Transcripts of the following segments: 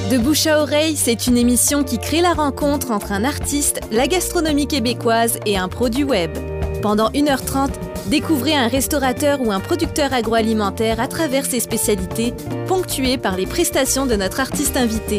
De bouche à oreille, c'est une émission qui crée la rencontre entre un artiste, la gastronomie québécoise et un produit web. Pendant 1h30, découvrez un restaurateur ou un producteur agroalimentaire à travers ses spécialités, ponctuées par les prestations de notre artiste invité.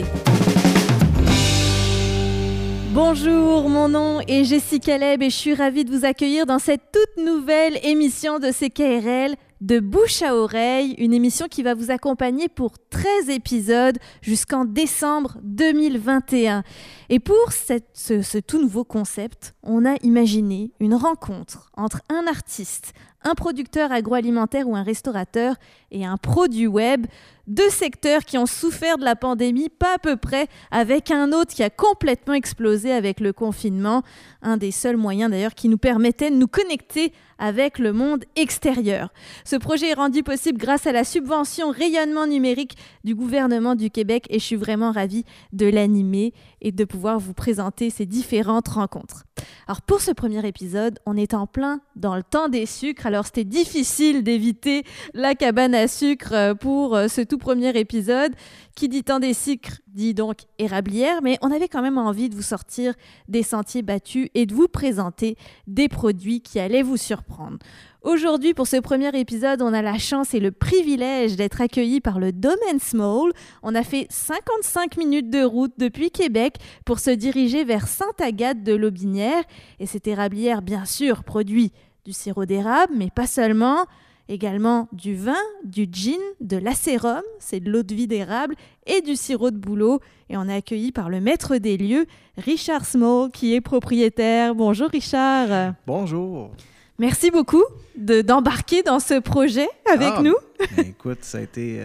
Bonjour, mon nom est Jessie Caleb et je suis ravie de vous accueillir dans cette toute nouvelle émission de CKRL, De bouche à oreille, une émission qui va vous accompagner pour 13 épisodes jusqu'en décembre 2021. Et pour ce tout nouveau concept, on a imaginé une rencontre entre un artiste, un producteur agroalimentaire ou un restaurateur et un produit web, deux secteurs qui ont souffert de la pandémie, pas à peu près, avec un autre qui a complètement explosé avec le confinement, un des seuls moyens d'ailleurs qui nous permettait de nous connecter avec le monde extérieur. Ce projet est rendu possible grâce à la subvention rayonnement numérique du gouvernement du Québec et je suis vraiment ravie de l'animer et de pouvoir vous présenter ces différentes rencontres. Alors pour ce premier épisode, on est en plein dans le temps des sucres, alors c'était difficile d'éviter la cabane à sucre pour ce tout premier épisode. Qui dit temps des sucres dit donc érablière, mais on avait quand même envie de vous sortir des sentiers battus et de vous présenter des produits qui allaient vous surprendre. Aujourd'hui, pour ce premier épisode, on a la chance et le privilège d'être accueillis par le Domaine Small. On a fait 55 minutes de route depuis Québec pour se diriger vers Sainte-Agathe de l'Aubinière. Et cette érablière, bien sûr, produit du sirop d'érable, mais pas seulement. Également du vin, du gin, de l'acérum, c'est de l'eau de vie d'érable, et du sirop de bouleau. Et on est accueilli par le maître des lieux, Richard Small, qui est propriétaire. Bonjour Richard. Bonjour. Merci beaucoup d'embarquer dans ce projet avec nous. Écoute, ça a été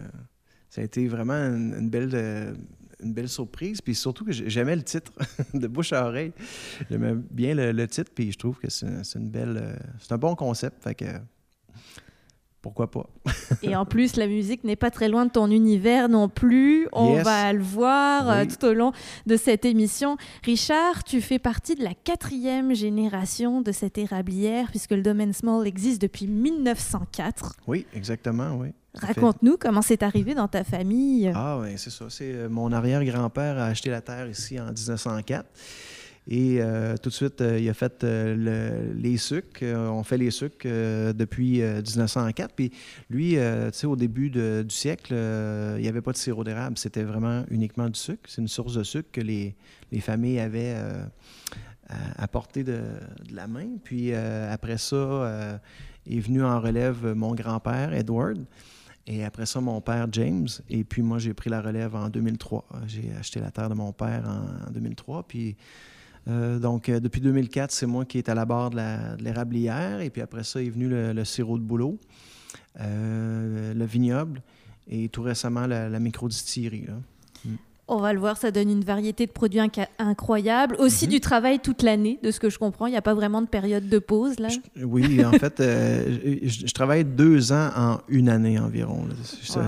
vraiment une belle surprise. Puis surtout que j'aimais le titre de bouche à oreille. J'aimais bien le titre, puis je trouve que c'est un bon concept. Fait que pourquoi pas? Et en plus, la musique n'est pas très loin de ton univers non plus. On va le voir tout au long de cette émission. Richard, tu fais partie de la 4e génération de cette érablière, puisque le Domaine Small existe depuis 1904. Oui, exactement, oui. Raconte-nous comment c'est arrivé dans ta famille. Ah oui, c'est ça. C'est mon arrière-grand-père a acheté la terre ici en 1904. Et tout de suite, il a fait les sucres. On fait les sucres depuis 1904. Puis lui, tu sais, au début du siècle, il n'y avait pas de sirop d'érable. C'était vraiment uniquement du sucre. C'est une source de sucre que les familles avaient à portée de la main. Puis après ça, est venu en relève mon grand-père, Edward. Et après ça, mon père, James. Et puis moi, j'ai pris la relève en 2003. J'ai acheté la terre de mon père en 2003. Puis donc, depuis 2004, c'est moi qui est à la barre de l'érablière. Et puis après ça est venu le sirop de bouleau, le vignoble et tout récemment la microdistillerie. Là. On va le voir, ça donne une variété de produits incroyable. Aussi du travail toute l'année, de ce que je comprends. Il n'y a pas vraiment de période de pause, là? Oui, en fait, je travaille 2 ans en 1 année environ. Wow.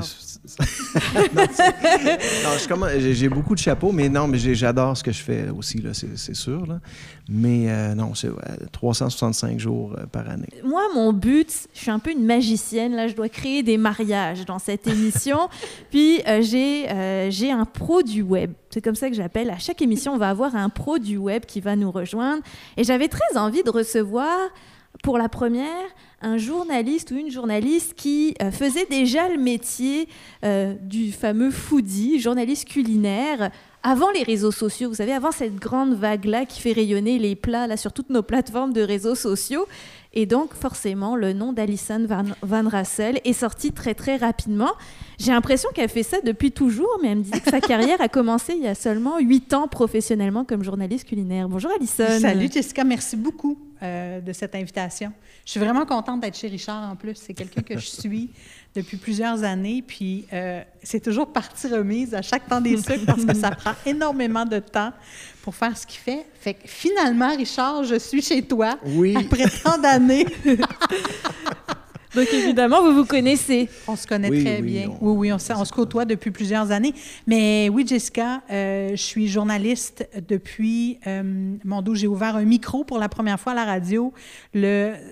J'ai beaucoup de chapeaux, mais non, mais j'adore ce que je fais aussi, là, c'est sûr. Là. Mais non, c'est 365 jours par année. Moi, mon but, je suis un peu une magicienne. Là, je dois créer des mariages dans cette émission. Puis, j'ai un produit web. C'est comme ça que j'appelle. À chaque émission, on va avoir un pro du web qui va nous rejoindre. Et j'avais très envie de recevoir, pour la première, un journaliste ou une journaliste qui faisait déjà le métier du fameux foodie, journaliste culinaire, avant les réseaux sociaux. Vous savez, avant cette grande vague-là qui fait rayonner les plats là, sur toutes nos plateformes de réseaux sociaux. Et donc, forcément, le nom d'Alison Van Rassel est sorti très, très rapidement. J'ai l'impression qu'elle fait ça depuis toujours, mais elle me dit que sa carrière a commencé il y a seulement 8 ans professionnellement comme journaliste culinaire. Bonjour, Alison. Salut, Jessica. Merci beaucoup de cette invitation. Je suis vraiment contente d'être chez Richard, en plus. C'est quelqu'un que je suis depuis plusieurs années, puis c'est toujours partie remise à chaque temps des sucres parce que ça prend énormément de temps pour faire ce qu'il fait. Fait que finalement, Richard, je suis chez toi après tant d'années. Donc, évidemment, vous vous connaissez. On se connaît très bien. Oui, on se côtoie depuis plusieurs années. Mais oui, Jessica, je suis journaliste depuis... j'ai ouvert un micro pour la première fois à la radio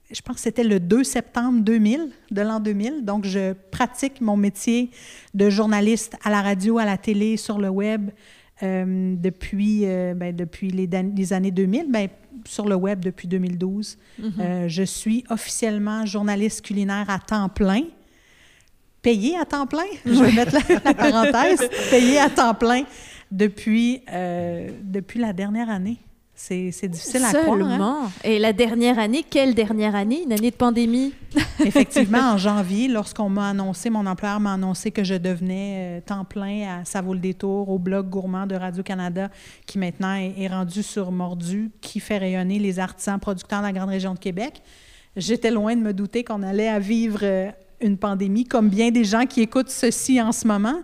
je pense que c'était le 2 septembre 2000, de l'an 2000. Donc, je pratique mon métier de journaliste à la radio, à la télé, sur le web depuis les années 2000, sur le web depuis 2012. Je suis officiellement journaliste culinaire à temps plein. Payée à temps plein, je vais mettre la parenthèse, payée à temps plein depuis la dernière année. C'est difficile à croire. Seulement. Et la dernière année, quelle dernière année? Une année de pandémie? Effectivement, en janvier, lorsqu'on m'a annoncé, mon employeur m'a annoncé que je devenais temps plein à Ça vaut le détour, au blog gourmand de Radio-Canada, qui maintenant est rendu sur Mordu, qui fait rayonner les artisans producteurs de la grande région de Québec. J'étais loin de me douter qu'on allait à vivre une pandémie, comme bien des gens qui écoutent ceci en ce moment.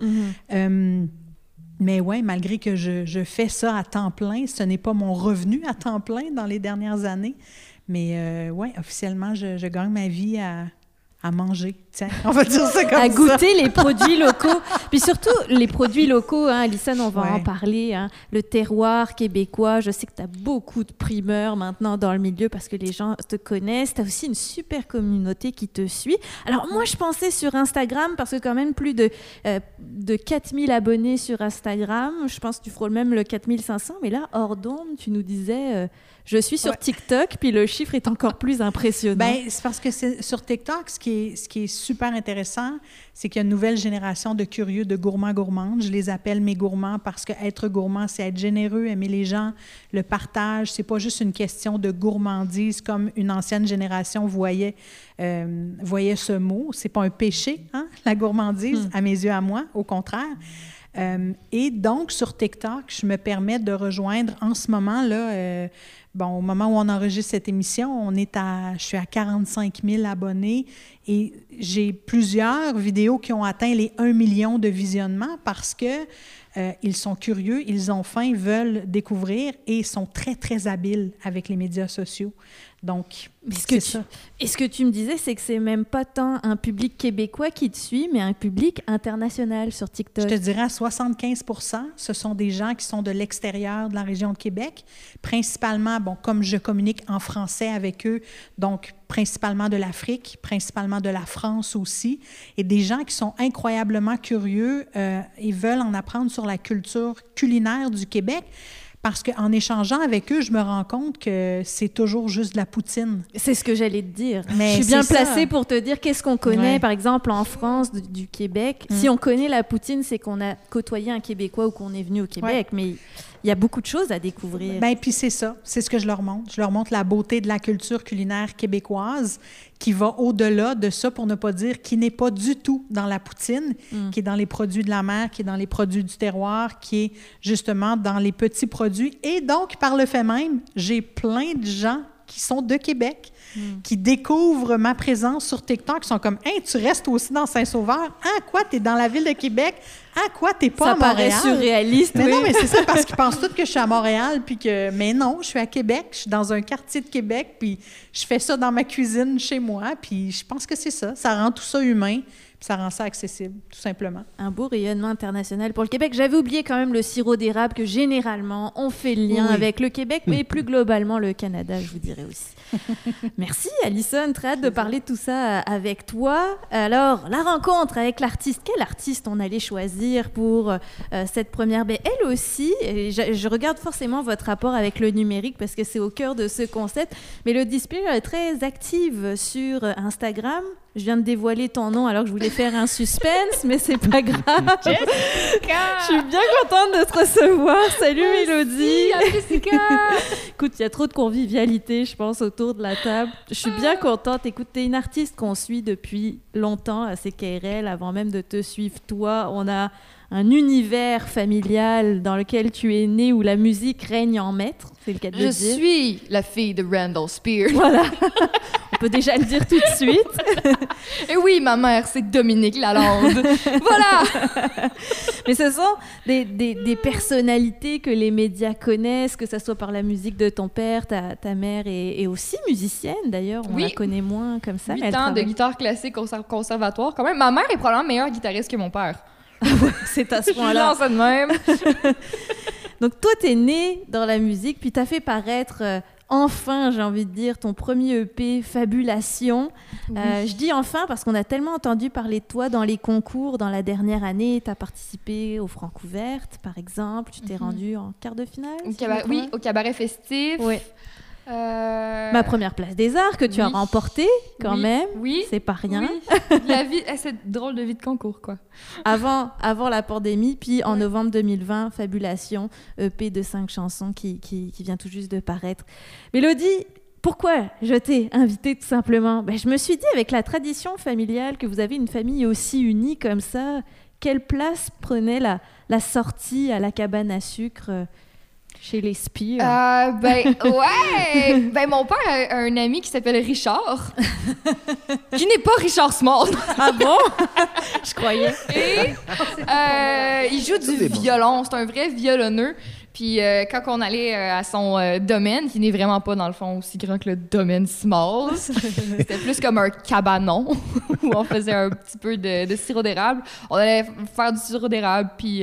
Mais oui, malgré que je fais ça à temps plein, ce n'est pas mon revenu à temps plein dans les dernières années. Mais oui, officiellement, je gagne ma vie à manger. Tiens, on va dire ça comme ça. À goûter les produits locaux. Puis surtout, les produits locaux, hein, Alison, on va en parler. Hein, le terroir québécois. Je sais que tu as beaucoup de primeurs maintenant dans le milieu parce que les gens te connaissent. Tu as aussi une super communauté qui te suit. Alors moi, je pensais sur Instagram, parce que quand même plus de 4000 abonnés sur Instagram. Je pense que tu frôles même le 4500. Mais là, hors d'onde, tu nous disais... je suis sur TikTok, puis le chiffre est encore plus impressionnant. Bien, c'est parce que sur TikTok, ce qui est super intéressant, c'est qu'il y a une nouvelle génération de curieux, de gourmands-gourmandes. Je les appelle mes gourmands parce qu'être gourmand, c'est être généreux, aimer les gens, le partage. C'est pas juste une question de gourmandise comme une ancienne génération voyait ce mot. C'est pas un péché, hein, la gourmandise, à mes yeux, à moi, au contraire. Et donc, sur TikTok, je me permets de rejoindre en ce moment-là... au moment où on enregistre cette émission, je suis à 45 000 abonnés et j'ai plusieurs vidéos qui ont atteint les 1 million de visionnements parce que ils sont curieux, ils ont faim, veulent découvrir et sont très, très habiles avec les médias sociaux. Donc, c'est ça. Et ce que tu me disais, c'est que c'est même pas tant un public québécois qui te suit, mais un public international sur TikTok. Je te dirais à 75 %, ce sont des gens qui sont de l'extérieur de la région de Québec, principalement, comme je communique en français avec eux, donc principalement de l'Afrique, principalement de la France aussi, et des gens qui sont incroyablement curieux et veulent en apprendre sur la culture culinaire du Québec. Parce qu'en échangeant avec eux, je me rends compte que c'est toujours juste de la poutine. C'est ce que j'allais te dire. Mais je suis bien placée pour te dire qu'est-ce qu'on connaît, par exemple, en France, du Québec. Si on connaît la poutine, c'est qu'on a côtoyé un Québécois ou qu'on est venu au Québec. Mais il y a beaucoup de choses à découvrir. Puis c'est ça. C'est ce que je leur montre. Je leur montre la beauté de la culture culinaire québécoise qui va au-delà de ça, pour ne pas dire qui n'est pas du tout dans la poutine, qui est dans les produits de la mer, qui est dans les produits du terroir, qui est justement dans les petits produits. Et donc, par le fait même, j'ai plein de gens qui sont de Québec, qui découvrent ma présence sur TikTok, qui sont comme « Hey, tu restes aussi dans Saint-Sauveur? Ah, quoi, t'es dans la ville de Québec? Ah, quoi, t'es pas à Montréal? » Ça paraît surréaliste, mais non, mais c'est ça, parce qu'ils pensent tous que je suis à Montréal, puis que... Mais non, je suis à Québec, je suis dans un quartier de Québec, puis je fais ça dans ma cuisine chez moi, puis je pense que c'est ça. Ça rend tout ça humain. Ça rend ça accessible, tout simplement. Un beau rayonnement international pour le Québec. J'avais oublié quand même le sirop d'érable, que généralement, on fait le lien avec le Québec, mais plus globalement le Canada, je vous dirais aussi. Merci, Alison. Très hâte de parler de tout ça avec toi. Alors, la rencontre avec l'artiste. Quel artiste on allait choisir pour cette première baie? Elle aussi, je regarde forcément votre rapport avec le numérique parce que c'est au cœur de ce concept, mais le display est très active sur Instagram. Je viens de dévoiler ton nom alors que je voulais faire un suspense, mais c'est pas grave. Jessica! Je suis bien contente de te recevoir. Salut Mélodie! Jessica! Écoute, il y a trop de convivialité, je pense, autour de la table. Je suis bien contente. Écoute, t'es une artiste qu'on suit depuis longtemps à CKRL, avant même de te suivre toi. On a un univers familial dans lequel tu es née, où la musique règne en maître, c'est le cas de le dire. Je suis la fille de Randall Spear. Voilà, on peut déjà le dire tout de suite. Et oui, ma mère, c'est Dominique Lalande. Voilà! Mais ce sont des personnalités que les médias connaissent, que ce soit par la musique de ton père, ta mère est aussi musicienne, d'ailleurs. On la connaît moins comme ça. 8 ans de guitare classique au conservatoire. Quand même, ma mère est probablement meilleure guitariste que mon père. C'est à ce point-là. Je lance de même. Donc, toi, t'es née dans la musique, puis t'as fait paraître enfin, j'ai envie de dire, ton premier EP, Fabulation. Je dis enfin parce qu'on a tellement entendu parler de toi dans les concours dans la dernière année. Tu as participé au Francouverte, par exemple. Tu t'es rendue en quart de finale. Oui, au cabaret festif. Oui. Ma première place des arts que tu as remportée quand même. Oui. C'est pas rien. Oui. La vie, cette drôle de vie de concours, quoi. Avant la pandémie, puis en novembre 2020, Fabulation, EP de 5 chansons qui vient tout juste de paraître. Mélodie, pourquoi je t'ai invitée tout simplement? Je me suis dit, avec la tradition familiale, que vous avez une famille aussi unie comme ça, quelle place prenait la sortie à la cabane à sucre chez les Spires? Ouais! Mon père a un ami qui s'appelle Richard, qui n'est pas Richard Small. Ah bon? Je croyais. Et il joue du violon. C'est un vrai violonneux. Puis quand on allait à son domaine, qui n'est vraiment pas, dans le fond, aussi grand que le domaine Small, c'était plus comme un cabanon où on faisait un petit peu de sirop d'érable. On allait faire du sirop d'érable, puis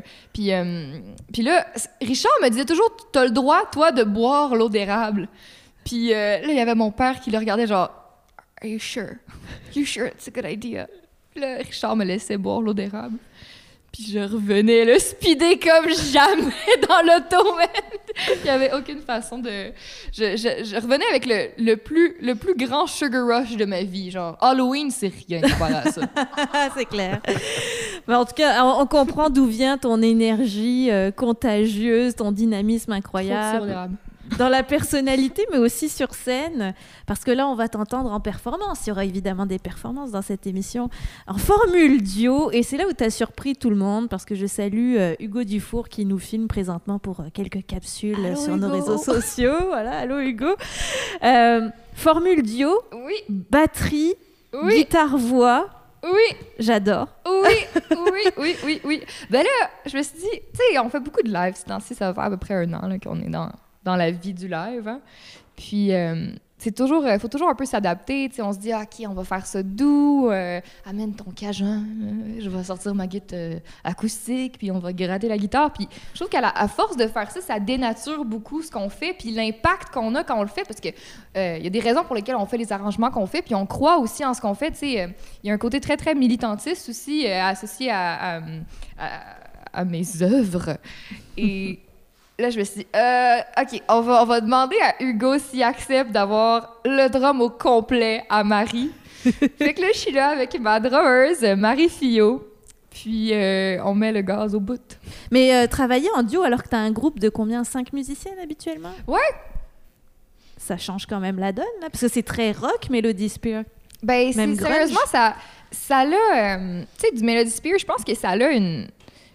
là, Richard me disait toujours « T'as le droit, toi, de boire l'eau d'érable. » Puis là, il y avait mon père qui le regardait genre « Are you sure? You sure it's a good idea? » Puis là, Richard me laissait boire l'eau d'érable. Puis je revenais le speeder comme jamais dans l'auto, man. Il n'y avait aucune façon de... Je revenais avec le plus grand sugar rush de ma vie. Genre, Halloween, c'est rien comparé à ça. C'est clair. Mais en tout cas, on comprend d'où vient ton énergie contagieuse, ton dynamisme incroyable. Dans la personnalité, mais aussi sur scène, parce que là, on va t'entendre en performance. Il y aura évidemment des performances dans cette émission en formule duo, et c'est là où tu as surpris tout le monde, parce que je salue Hugo Dufour qui nous filme présentement pour quelques capsules sur nos réseaux sociaux. Voilà, allô Hugo. Formule duo, oui. Batterie, guitare-voix. Oui. J'adore. Oui. Ben là, je me suis dit, tu sais, on fait beaucoup de live ces temps-ci, ça va faire à peu près 1 an là, qu'on est dans la vie du live. Hein. Puis, faut toujours un peu s'adapter. On se dit, OK, on va faire ça doux. Amène ton cajun. Je vais sortir ma guitare acoustique. Puis, on va gratter la guitare. Puis, je trouve qu'à force de faire ça, ça dénature beaucoup ce qu'on fait. Puis, l'impact qu'on a quand on le fait. Parce que y a des raisons pour lesquelles on fait les arrangements qu'on fait. Puis, on croit aussi en ce qu'on fait. Il y a un côté très, très militantiste aussi associé à mes œuvres. Et... Là, je me suis dit, OK, on va demander à Hugo s'il accepte d'avoir le drum au complet à Marie. Fait que là, je suis là avec ma drummeuse, Marie Fillot. Puis, on met le gaz au bout. Mais travailler en duo alors que tu as un groupe de combien? 5 musiciennes habituellement? Ouais. Ça change quand même la donne, là, parce que c'est très rock, Melody Spear. Ben, sérieusement, ça a... tu sais, du Melody Spear, je pense que ça a une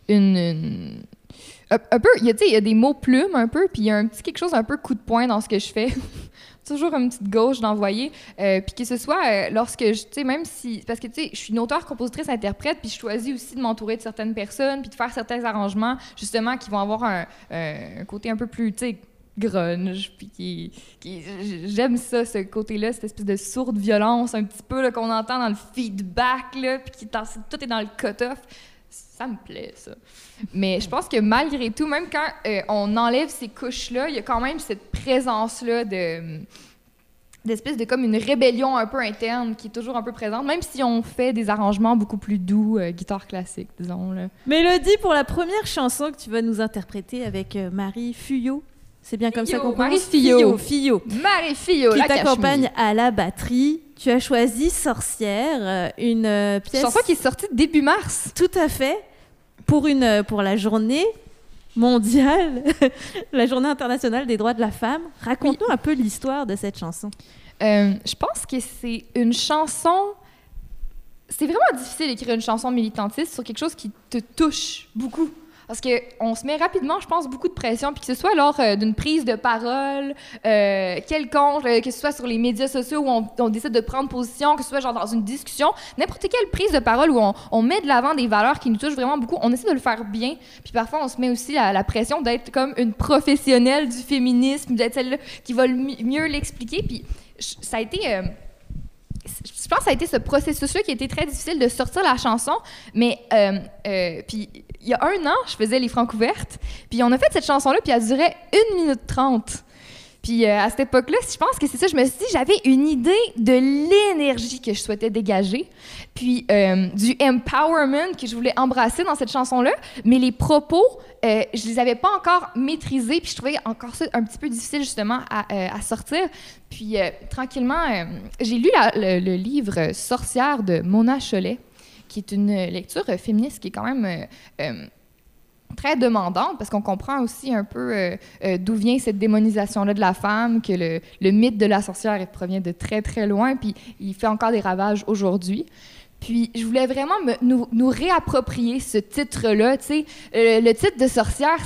un peu, il y a des mots plumes un peu, puis il y a un petit quelque chose un peu coup de poing dans ce que je fais. Toujours une petite gauche d'envoyer. Puis que ce soit lorsque tu sais, même si... Parce que, tu sais, je suis une auteure, compositrice, interprète, puis je choisis aussi de m'entourer de certaines personnes, puis de faire certains arrangements, justement, qui vont avoir un côté un peu plus, tu sais, grunge, puis j'aime ça, ce côté-là, cette espèce de sourde violence, un petit peu, là, qu'on entend dans le feedback, là, puis tout est dans le cut-off. Ça me plaît, ça. Mais je pense que malgré tout, même quand on enlève ces couches-là, il y a quand même cette présence-là d'espèce de comme une rébellion un peu interne qui est toujours un peu présente, même si on fait des arrangements beaucoup plus doux, guitare classique, disons. Là. Mélodie, pour la première chanson que tu vas nous interpréter avec Marie Fillot. C'est bien comme ça qu'on prononce? Fillot. Marie Fillot, qui t'accompagne à la batterie. Tu as choisi Sorcière, une pièce... Chanson qui est sortie début mars. Tout à fait. Pour la journée mondiale, la journée internationale des droits de la femme. Raconte-nous un peu l'histoire de cette chanson. Je pense que c'est une chanson... C'est vraiment difficile d'écrire une chanson militantiste sur quelque chose qui te touche beaucoup. Parce qu'on se met rapidement, je pense, beaucoup de pression, puis que ce soit lors d'une prise de parole quelconque, que ce soit sur les médias sociaux où on décide de prendre position, que ce soit genre dans une discussion, n'importe quelle prise de parole où on met de l'avant des valeurs qui nous touchent vraiment beaucoup, on essaie de le faire bien, puis parfois on se met aussi la pression d'être comme une professionnelle du féminisme, d'être celle qui va mieux l'expliquer, puis ça a été... je pense que ça a été ce processus-là qui a été très difficile de sortir la chanson, mais puis il y a 1 an, je faisais les Francouvertes, puis on a fait cette chanson-là, puis elle durait 1 minute 30. Puis à cette époque-là, je pense que c'est ça, je me suis dit, j'avais une idée de l'énergie que je souhaitais dégager, puis du empowerment que je voulais embrasser dans cette chanson-là, mais les propos, je les avais pas encore maîtrisés, puis je trouvais encore ça un petit peu difficile justement à sortir. Puis tranquillement, j'ai lu le livre Sorcière de Mona Chollet, qui est une lecture féministe qui est quand même très demandante, parce qu'on comprend aussi un peu d'où vient cette démonisation-là de la femme, que le mythe de la sorcière provient de très, très loin, puis il fait encore des ravages aujourd'hui. Puis je voulais vraiment nous réapproprier ce titre-là, tu sais. Le titre de sorcière,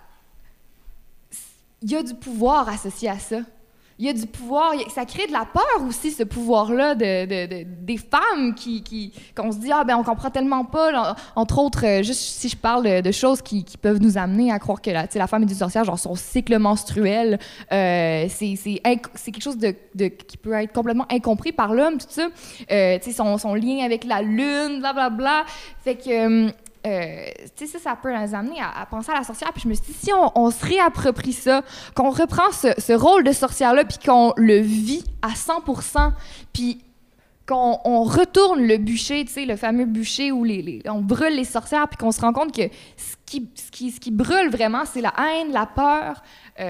il y a du pouvoir associé à ça. Il y a du pouvoir, ça crée de la peur aussi, ce pouvoir-là des femmes qu'on se dit, ah ben on comprend tellement pas, entre autres, juste si je parle de choses qui peuvent nous amener à croire que la femme est une sorcière, genre son cycle menstruel, c'est quelque chose qui peut être complètement incompris par l'homme, tout ça, tu sais, son lien avec la lune, blablabla, fait que... tu sais, ça peut nous amener à penser à la sorcière. Puis je me suis dit, si on se réapproprie ça, qu'on reprend ce rôle de sorcière-là, puis qu'on le vit à 100%, puis qu'on retourne le bûcher, tu sais, le fameux bûcher où on brûle les sorcières, puis qu'on se rend compte que ce qui brûle vraiment, c'est la haine, la peur.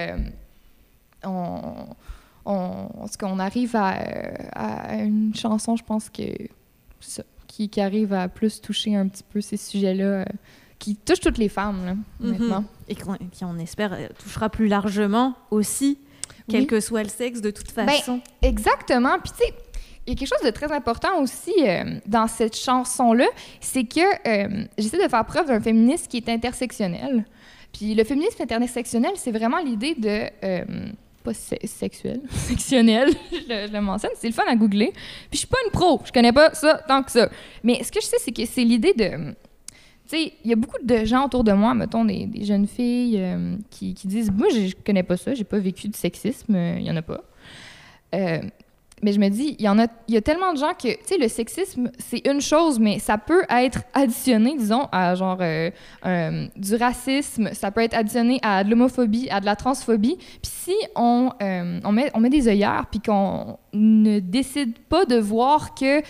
Est-ce qu'on arrive à une chanson, je pense que c'est ça, qui arrive à plus toucher un petit peu ces sujets-là, qui touchent toutes les femmes, là, honnêtement. Et qui, on espère, touchera plus largement aussi, quel que soit le sexe, de toute façon. Ben, exactement. Puis, tu sais, il y a quelque chose de très important aussi dans cette chanson-là, c'est que j'essaie de faire preuve d'un féminisme qui est intersectionnel. Puis le féminisme intersectionnel, c'est vraiment l'idée de... pas sexuel, sectionnel, je le mentionne, c'est le fun à googler. Puis je suis pas une pro, je connais pas ça tant que ça. Mais ce que je sais, c'est que c'est l'idée de... Tu sais, il y a beaucoup de gens autour de moi, mettons des jeunes filles qui disent « Moi, je connais pas ça, j'ai pas vécu de sexisme, il y en a pas. » Mais je me dis, il y a tellement de gens que, tu sais, le sexisme, c'est une chose, mais ça peut être additionné, disons, à genre du racisme, ça peut être additionné à de l'homophobie, à de la transphobie. Puis si on met des œillères, puis qu'on ne décide pas de voir que...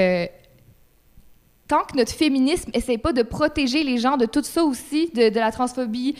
tant que notre féminisme essaie pas de protéger les gens de tout ça aussi, de la transphobie,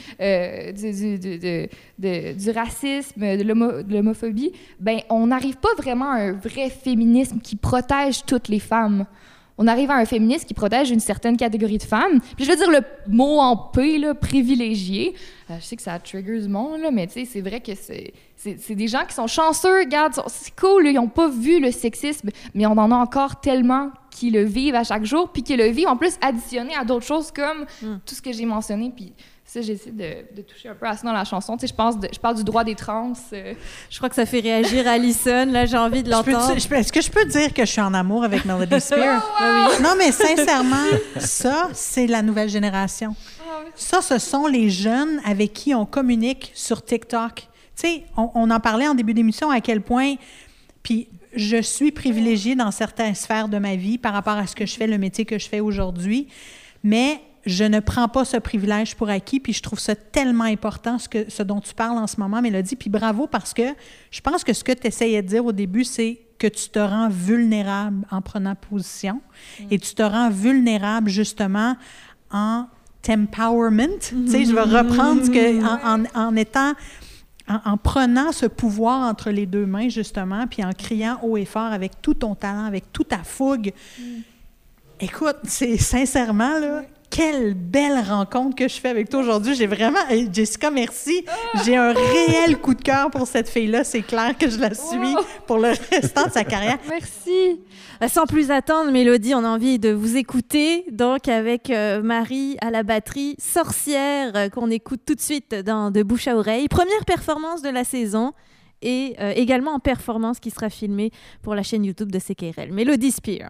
du racisme, de l'homophobie, ben on n'arrive pas vraiment à un vrai féminisme qui protège toutes les femmes. On arrive à un féminisme qui protège une certaine catégorie de femmes. Puis je veux dire le mot en P, là, privilégié. Je sais que ça trigger du monde, là, mais tu sais, c'est vrai que c'est des gens qui sont chanceux, regarde, c'est cool, là, ils n'ont pas vu le sexisme, mais on en a encore tellement qui le vivent à chaque jour, puis qui le vivent en plus additionné à d'autres choses comme tout ce que j'ai mentionné, puis ça, j'essaie de toucher un peu à ça dans la chanson. Tu sais, je parle du droit des trans. Je crois que ça fait réagir Alison, là, j'ai envie de l'entendre. Est-ce que je peux dire que je suis en amour avec Melody Spear? Oui. Non, mais sincèrement, ça, c'est la nouvelle génération. Ça, ce sont les jeunes avec qui on communique sur TikTok. Tu sais, on en parlait en début d'émission à quel point... Puis je suis privilégiée dans certaines sphères de ma vie par rapport à ce que je fais, le métier que je fais aujourd'hui, mais je ne prends pas ce privilège pour acquis, puis je trouve ça tellement important, ce dont tu parles en ce moment, Mélodie, puis bravo, parce que je pense que ce que tu essayais de dire au début, c'est que tu te rends vulnérable en prenant position, et tu te rends vulnérable, justement, en t'empowerment. Tu sais, je vais reprendre ce que, en étant... En prenant ce pouvoir entre les deux mains, justement, puis en criant haut et fort avec tout ton talent, avec toute ta fougue. Écoute, c'est sincèrement, là, quelle belle rencontre que je fais avec toi aujourd'hui. J'ai vraiment... Jessica, merci. J'ai un réel coup de cœur pour cette fille-là. C'est clair que je la suis pour le restant de sa carrière. Merci. Sans plus attendre, Mélodie, on a envie de vous écouter. Donc, avec Marie à la batterie, Sorcière, qu'on écoute tout de suite dans De bouche à oreille. Première performance de la saison et également en performance qui sera filmée pour la chaîne YouTube de CKRL. Melody Spear.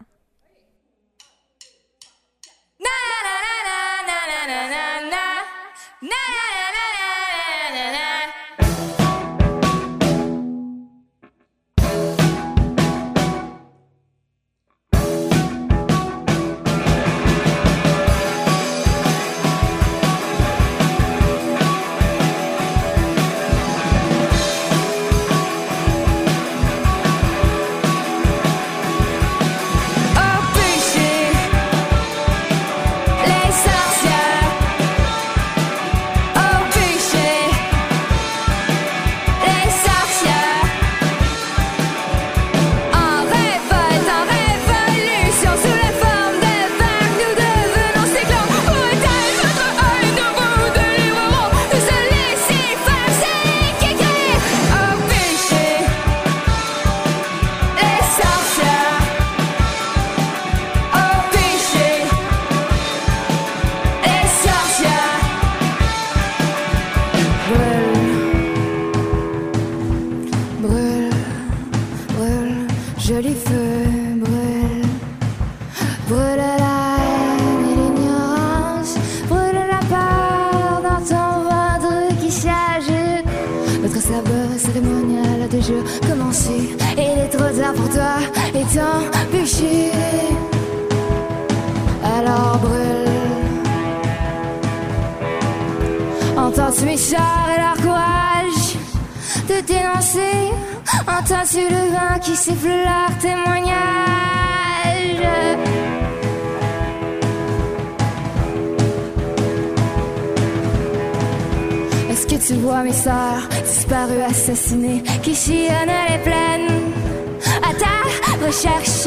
les jeux commencés. Il est trop tard pour toi et ton péché. Alors brûle. Entends-tu mes chars et leur courage de dénoncer? Entends-tu le vent qui siffle leur témoignage? Est-ce que tu vois mes sœurs disparues, assassinées, qui sillonnent les plaines à ta recherche?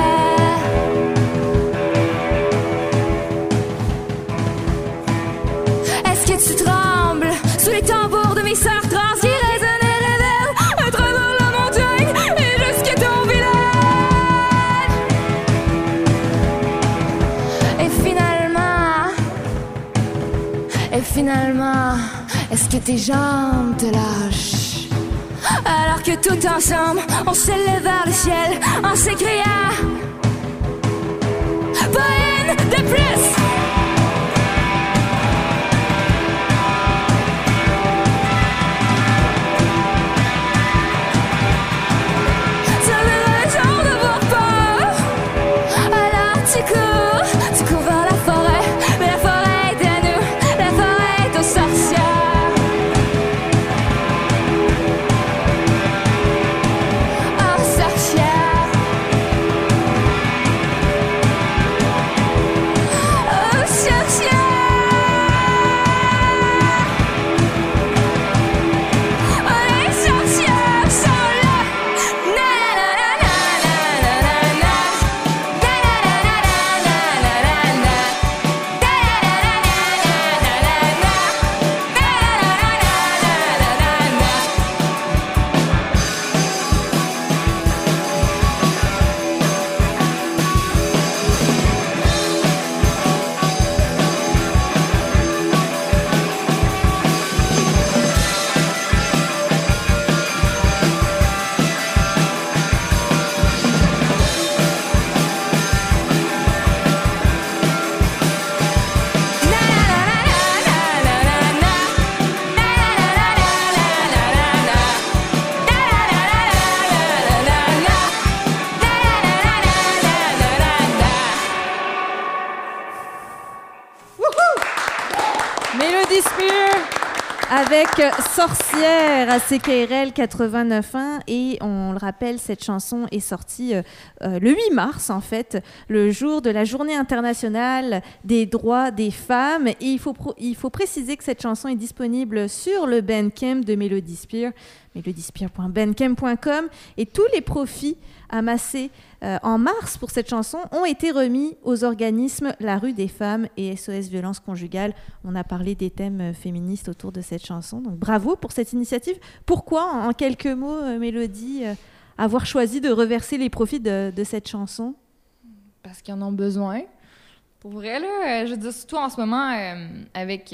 Est-ce que tu trembles sous les tambours de mes sœurs trans qui résonnent et révèlent à travers la montagne et jusqu'à ton village? Et finalement, est-ce que tes jambes te lâchent? Alors que tout ensemble, on s'élève vers le ciel en s'écriant pas une de plus. Tu cours vers la forêt, mais la forêt est à nous, la forêt est aux sorcières. Aux sorcières. Aux sorcières. Oh, les sorcières sont là. Na na na na na na na. Mélodie Spear avec Sorcière à CKRL 89.1 et on le rappelle, cette chanson est sortie le 8 mars en fait, le jour de la Journée internationale des droits des femmes et il faut préciser que cette chanson est disponible sur le Bandcamp de Mélodie Spear, melodiespear.bandcamp.com et tous les profits amassés en mars pour cette chanson ont été remis aux organismes La Rue des Femmes et SOS Violence Conjugale. On a parlé des thèmes féministes autour de cette chanson, donc bravo pour cette initiative. Pourquoi, en quelques mots, Mélodie, avoir choisi de reverser les profits de cette chanson? Parce qu'ils en ont besoin. Pour vrai, là, je veux dire, surtout en ce moment, avec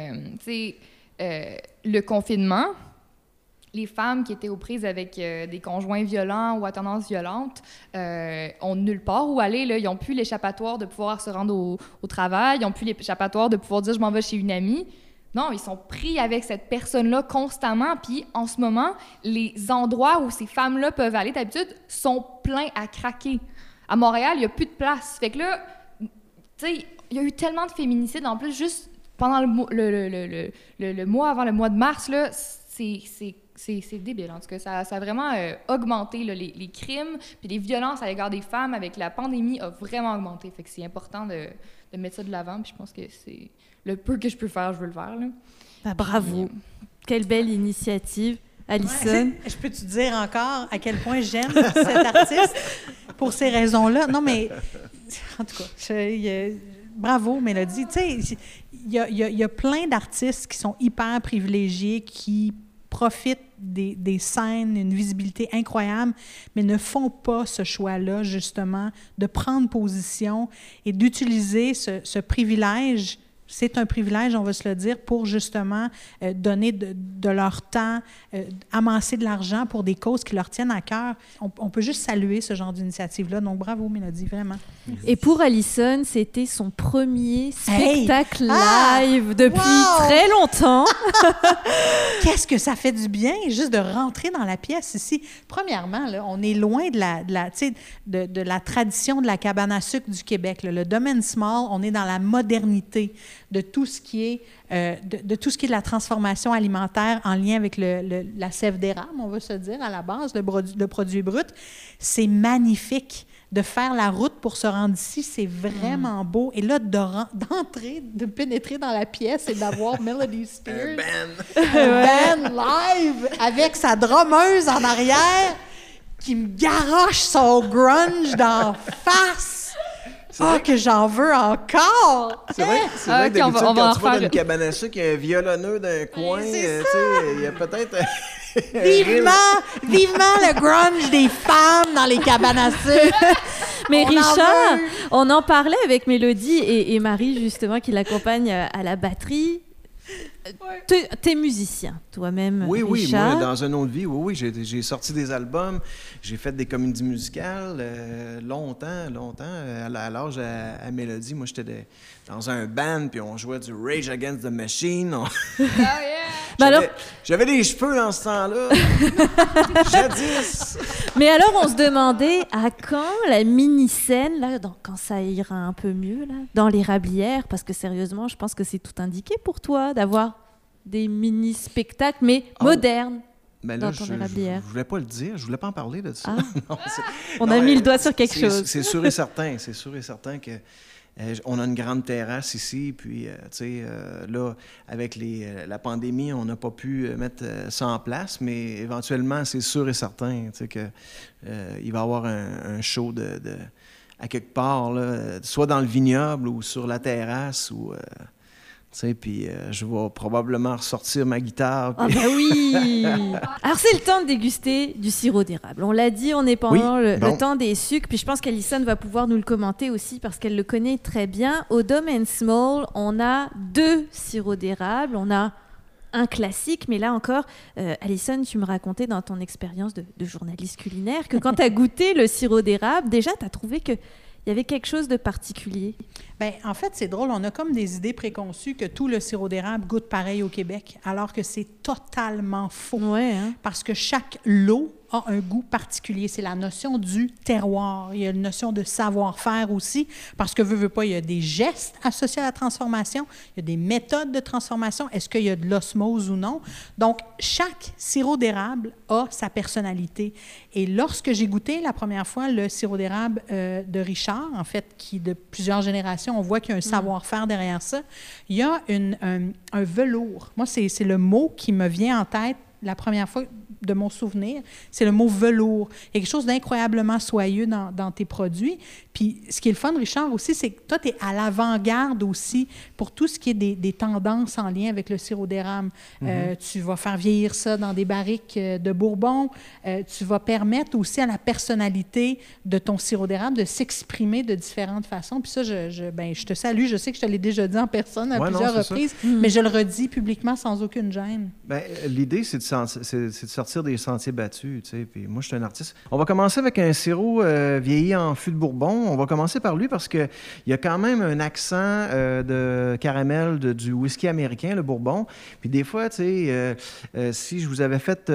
le confinement, les femmes qui étaient aux prises avec des conjoints violents ou à tendance violente ont nulle part où aller. Là. Ils n'ont plus l'échappatoire de pouvoir se rendre au travail. Ils n'ont plus l'échappatoire de pouvoir dire « je m'en vais chez une amie ». Non, ils sont pris avec cette personne-là constamment. Puis en ce moment, les endroits où ces femmes-là peuvent aller d'habitude sont pleins à craquer. À Montréal, il n'y a plus de place. Fait que là, tu sais, il y a eu tellement de féminicides. En plus, juste pendant le mois avant le mois de mars, là, c'est débile. En tout cas, ça a vraiment augmenté là, les crimes puis les violences à l'égard des femmes avec la pandémie a vraiment augmenté. Fait que c'est important de mettre ça de l'avant. Puis je pense que c'est le peu que je peux faire, je veux le faire. Là. Bah, bravo. Quelle belle initiative. Alison? Ouais, je peux te dire encore à quel point j'aime cet artiste pour ces raisons-là. Non, mais en tout cas, bravo, Mélodie. Tu sais, il y a plein d'artistes qui sont hyper privilégiés, qui profitent des scènes, une visibilité incroyable, mais ne font pas ce choix-là, justement, de prendre position et d'utiliser ce privilège C'est un privilège, on va se le dire, pour justement donner de leur temps, amasser de l'argent pour des causes qui leur tiennent à cœur. On peut juste saluer ce genre d'initiative-là. Donc, bravo, Mélodie, vraiment. Et pour Alison, c'était son premier spectacle live depuis très longtemps. Qu'est-ce que ça fait du bien, juste de rentrer dans la pièce ici. Premièrement, là, on est loin de la tradition de la cabane à sucre du Québec. Là. Le Domaine Small, on est dans la modernité de tout ce qui est de la transformation alimentaire en lien avec la sève d'érable, on va se dire, à la base, le produit brut. C'est magnifique de faire la route pour se rendre ici, c'est vraiment beau. Et là, d'entrer, de pénétrer dans la pièce et d'avoir Melody Spears, un band live avec sa drummeuse en arrière qui me garoche son grunge d'en face. Que j'en veux encore! C'est vrai que d'habitude, on va quand en tu vas refaire. dans une cabane à sucre, il y a un violonneux d'un coin, il y a peut-être... Vivement le grunge des femmes dans les cabanes à sucre! Mais On en Richard, veut. on en parlait avec Mélodie et Marie, justement, qui l'accompagne à la batterie. T'es musicien, toi-même, Oui, Richard. moi, dans une autre vie, oui, j'ai sorti des albums, j'ai fait des comédies musicales longtemps, à l'âge à Mélodie. Moi, j'étais dans un band, puis on jouait du Rage Against the Machine. Ben alors- J'avais des cheveux dans ce temps-là. Jadis. Mais alors, on se demandait à quand la mini-scène, là, quand ça ira un peu mieux, là, dans l'érablière, parce que sérieusement, je pense que c'est tout indiqué pour toi d'avoir des mini-spectacles, mais modernes. Mais Dans là, ton je érablière. voulais pas le dire, je voulais pas en parler de ça. Ah. Non, On non, a mis le doigt sur quelque chose. C'est sûr et certain, que on a une grande terrasse ici, puis tu sais, là, avec la pandémie, on n'a pas pu mettre ça en place, mais éventuellement, c'est sûr et certain, tu sais, que il va y avoir un show à quelque part, là, soit dans le vignoble ou sur la terrasse, ou puis je vais probablement ressortir ma guitare. Ah puis- ben oui! Alors, c'est le temps de déguster du sirop d'érable. On l'a dit, on est pendant Oui, bon. le temps des sucres, puis je pense qu'Alison va pouvoir nous le commenter aussi parce qu'elle le connaît très bien. Au Dom & Small, on a 2 sirops d'érable. On a un classique, mais là encore, Alison, tu me racontais dans ton expérience de journaliste culinaire que quand tu as goûté le sirop d'érable, déjà, tu as trouvé qu'il y avait quelque chose de particulier. Bien, en fait, c'est drôle. On a comme des idées préconçues que tout le sirop d'érable goûte pareil au Québec, alors que c'est totalement faux. Ouais, hein? Parce que chaque lot a un goût particulier. C'est la notion du terroir. Il y a une notion de savoir-faire aussi, parce que, veux pas, il y a des gestes associés à la transformation, il y a des méthodes de transformation. Est-ce qu'il y a de l'osmose ou non? Donc, chaque sirop d'érable a sa personnalité. Et lorsque j'ai goûté la première fois le sirop d'érable de Richard, en fait, qui de plusieurs générations, on voit qu'il y a un savoir-faire derrière ça, il y a un velours. Moi, c'est le mot qui me vient en tête la première fois de mon souvenir, c'est le mot velours. Il y a quelque chose d'incroyablement soyeux dans tes produits. Puis, ce qui est le fun, Richard, aussi, c'est que toi, tu es à l'avant-garde aussi pour tout ce qui est des tendances en lien avec le sirop d'érable. Tu vas faire vieillir ça dans des barriques de Bourbon. Tu vas permettre aussi à la personnalité de ton sirop d'érable de s'exprimer de différentes façons. Puis ça, je te salue. Je sais que je te l'ai déjà dit en personne à plusieurs reprises, mais je le redis publiquement sans aucune gêne. Bien, l'idée, c'est de sortir des sentiers battus, tu sais. Puis moi, je suis un artiste. On va commencer avec un sirop vieilli en fût de Bourbon. On va commencer par lui parce qu'il y a quand même un accent de caramel du whisky américain, le Bourbon. Puis des fois, tu sais, si je vous avais fait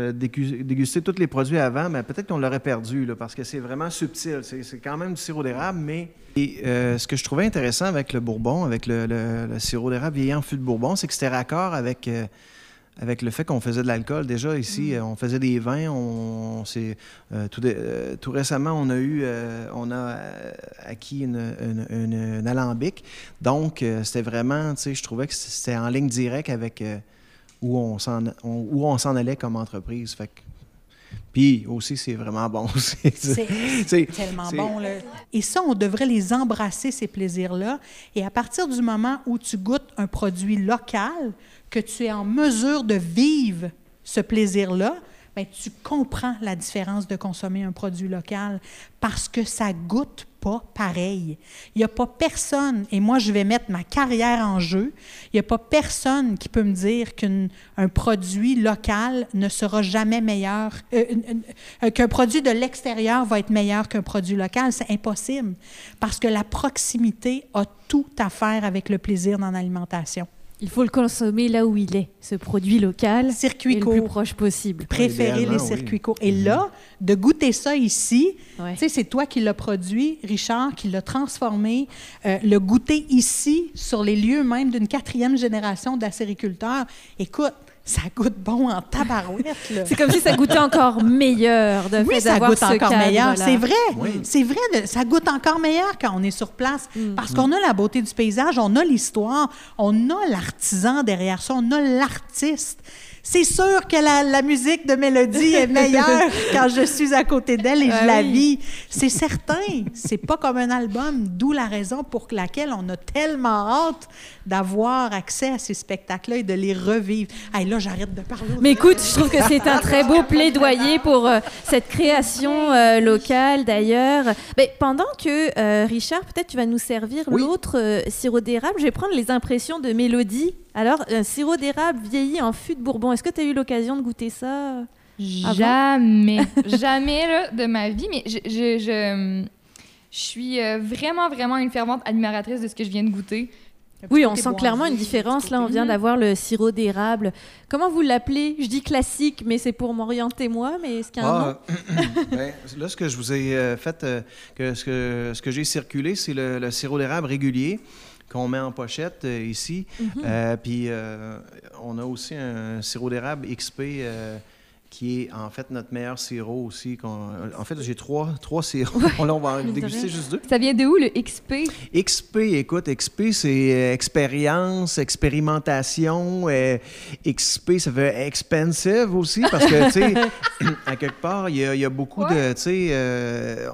déguster tous les produits avant, ben, peut-être qu'on l'aurait perdu, là, parce que c'est vraiment subtil. C'est quand même du sirop d'érable, mais... Et ce que je trouvais intéressant avec le Bourbon, avec le sirop d'érable vieilli en fût de Bourbon, c'est que c'était raccord avec le fait qu'on faisait de l'alcool. Déjà, ici, on faisait des vins. Tout récemment, on a acquis une alambic. Donc, c'était vraiment, tu sais, je trouvais que c'était en ligne directe avec où on s'en allait comme entreprise. Fait que, puis aussi, c'est vraiment bon aussi. C'est tellement bon, là. Et ça, on devrait les embrasser, ces plaisirs-là. Et à partir du moment où tu goûtes un produit local, que tu es en mesure de vivre ce plaisir-là, bien, tu comprends la différence de consommer un produit local parce que ça goûte pas pareil. Il n'y a pas personne, et moi, je vais mettre ma carrière en jeu, il n'y a pas personne qui peut me dire qu'un produit local ne sera jamais meilleur, qu'un produit de l'extérieur va être meilleur qu'un produit local. C'est impossible, parce que la proximité a tout à faire avec le plaisir dans l'alimentation. Il faut le consommer là où il est, ce produit local, Circuit et court. le plus proche possible. Préférer les Idéalement, circuits oui. courts. Et là, de goûter ça ici, Ouais. tu sais, c'est toi qui l'as produit, Richard, qui l'a transformé, le goûter ici, sur les lieux même d'une 4e génération d'acériculteurs. Écoute, ça goûte bon en tabarouette, là. C'est comme si ça goûtait encore meilleur de Oui, fait ça d'avoir goûte ce encore cadre-là. meilleur. C'est vrai. Oui. C'est vrai. Ça goûte encore meilleur quand on est sur place. Parce qu'on a la beauté du paysage, on a l'histoire, on a l'artisan derrière ça, on a l'artiste. C'est sûr que la musique de Mélodie est meilleure quand je suis à côté d'elle et je la vis. C'est certain. C'est pas comme un album, d'où la raison pour laquelle on a tellement hâte d'avoir accès à ces spectacles-là et de les revivre. Hey, là, j'arrête de parler. Mais écoute, je trouve que c'est un très beau plaidoyer pour cette création locale, d'ailleurs. Mais pendant que, Richard, peut-être tu vas nous servir Oui. l'autre sirop d'érable, je vais prendre les impressions de Mélodie. Alors, un sirop d'érable vieilli en fût de Bourbon, est-ce que tu as eu l'occasion de goûter ça? Jamais, jamais là, de ma vie, mais je suis vraiment, vraiment une fervente admiratrice de ce que je viens de goûter. Oui, on sent clairement une différence. Là, on vient Mhm. d'avoir le sirop d'érable. Comment vous l'appelez? Je dis classique, mais c'est pour m'orienter moi, mais est-ce qu'il y a un nom? Ben, là, ce que je vous ai fait, ce que j'ai circulé, c'est le sirop d'érable régulier qu'on met en pochette ici. Puis on a aussi un sirop d'érable XP qui est en fait notre meilleur sirop aussi. En fait, j'ai trois sirops. Là, on va en déguster juste 2. Ça vient de où, le XP? XP, écoute, XP, c'est expérience, expérimentation. XP, ça veut expensive aussi, parce que, tu sais, à quelque part, il y a beaucoup de, tu sais,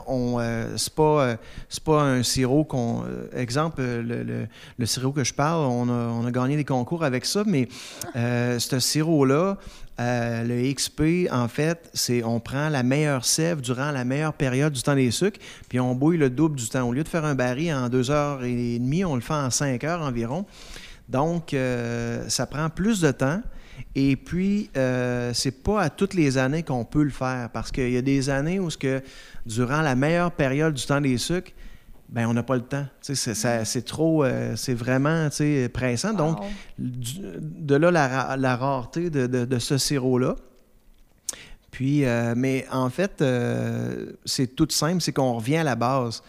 c'est pas un sirop qu'on... exemple, le sirop que je parle, on a gagné des concours avec ça, mais ce sirop-là, le XP, en fait, on prend la meilleure sève durant la meilleure période du temps des sucres, puis on bouille le double du temps. Au lieu de faire un baril en 2h30, on le fait en 5 heures environ. Donc, ça prend plus de temps. Et puis, c'est pas à toutes les années qu'on peut le faire, parce qu'il y a des années où, durant la meilleure période du temps des sucres, ben on n'a pas le temps. C'est trop... c'est vraiment pressant. Donc, de là la rareté de ce sirop-là. Puis, mais en fait, c'est tout simple, c'est qu'on revient à la base.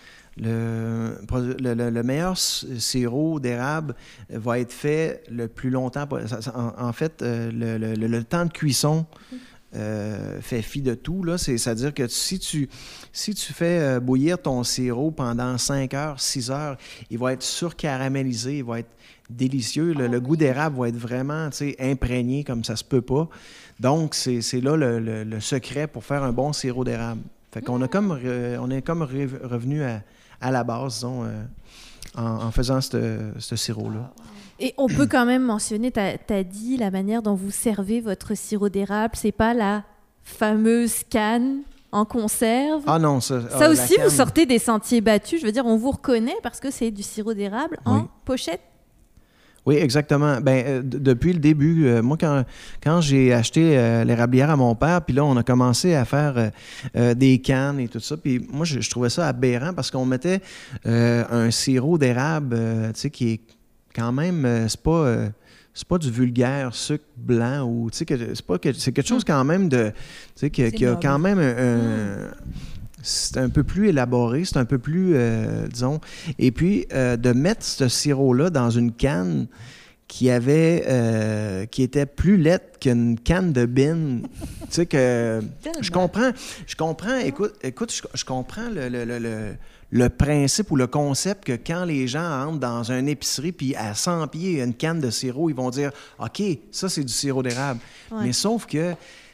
Le meilleur sirop d'érable va être fait le plus longtemps. En fait, le temps de cuisson fait fi de tout. C'est-à-dire que si tu fais bouillir ton sirop pendant 5 heures, 6 heures, il va être surcaramélisé, il va être délicieux. Le goût d'érable va être vraiment imprégné comme ça se peut pas. Donc, c'est là le secret pour faire un bon sirop d'érable. Fait qu'on on est comme revenu à la base, disons, en faisant ce sirop-là. Et on peut quand même mentionner, t'as dit la manière dont vous servez votre sirop d'érable, c'est pas la fameuse canne en conserve. Ah non, ça Ça aussi, la canne. vous sortez des sentiers battus. Je veux dire, on vous reconnaît parce que c'est du sirop d'érable en Oui. pochette. Oui, exactement. Depuis le début, moi, quand j'ai acheté l'érablière à mon père, puis là, on a commencé à faire des cannes et tout ça, puis moi, je trouvais ça aberrant parce qu'on mettait un sirop d'érable, qui est quand même, c'est pas du vulgaire sucre blanc ou, c'est quelque chose quand même de, qui a noble. quand même c'est un peu plus élaboré, c'est un peu plus, disons... Et puis, de mettre ce sirop-là dans une canne qui était plus laite qu'une canne de bine. Tu sais que... Je comprends, écoute, je comprends le principe ou le concept que quand les gens entrent dans une épicerie puis à 100 pieds, il y a une canne de sirop, ils vont dire « OK, ça, c'est du sirop d'érable. Ouais. Mais sauf que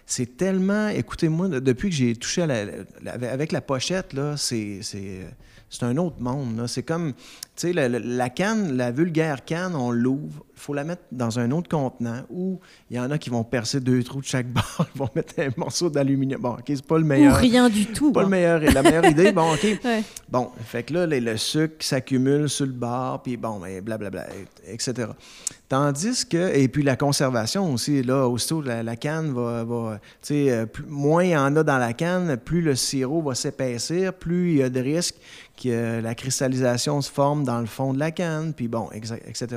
c'est tellement... Écoutez-moi, depuis que j'ai touché avec la pochette, là, c'est un autre monde. Là. C'est comme, tu sais, la canne, la vulgaire canne, on l'ouvre, il faut la mettre dans un autre contenant où il y en a qui vont percer 2 trous de chaque bord, ils vont mettre un morceau d'aluminium. Bon, OK, c'est pas le meilleur. Ou rien du tout. Pas la meilleure idée. Bon, OK. Ouais. Bon, fait que là, le sucre s'accumule sur le bord, puis bon, blablabla, etc. Tandis que, et puis la conservation aussi, là, aussitôt, la canne va tu sais, moins il y en a dans la canne, plus le sirop va s'épaissir, plus il y a de risques que la cristallisation se forme dans le fond de la canne, puis bon, etc.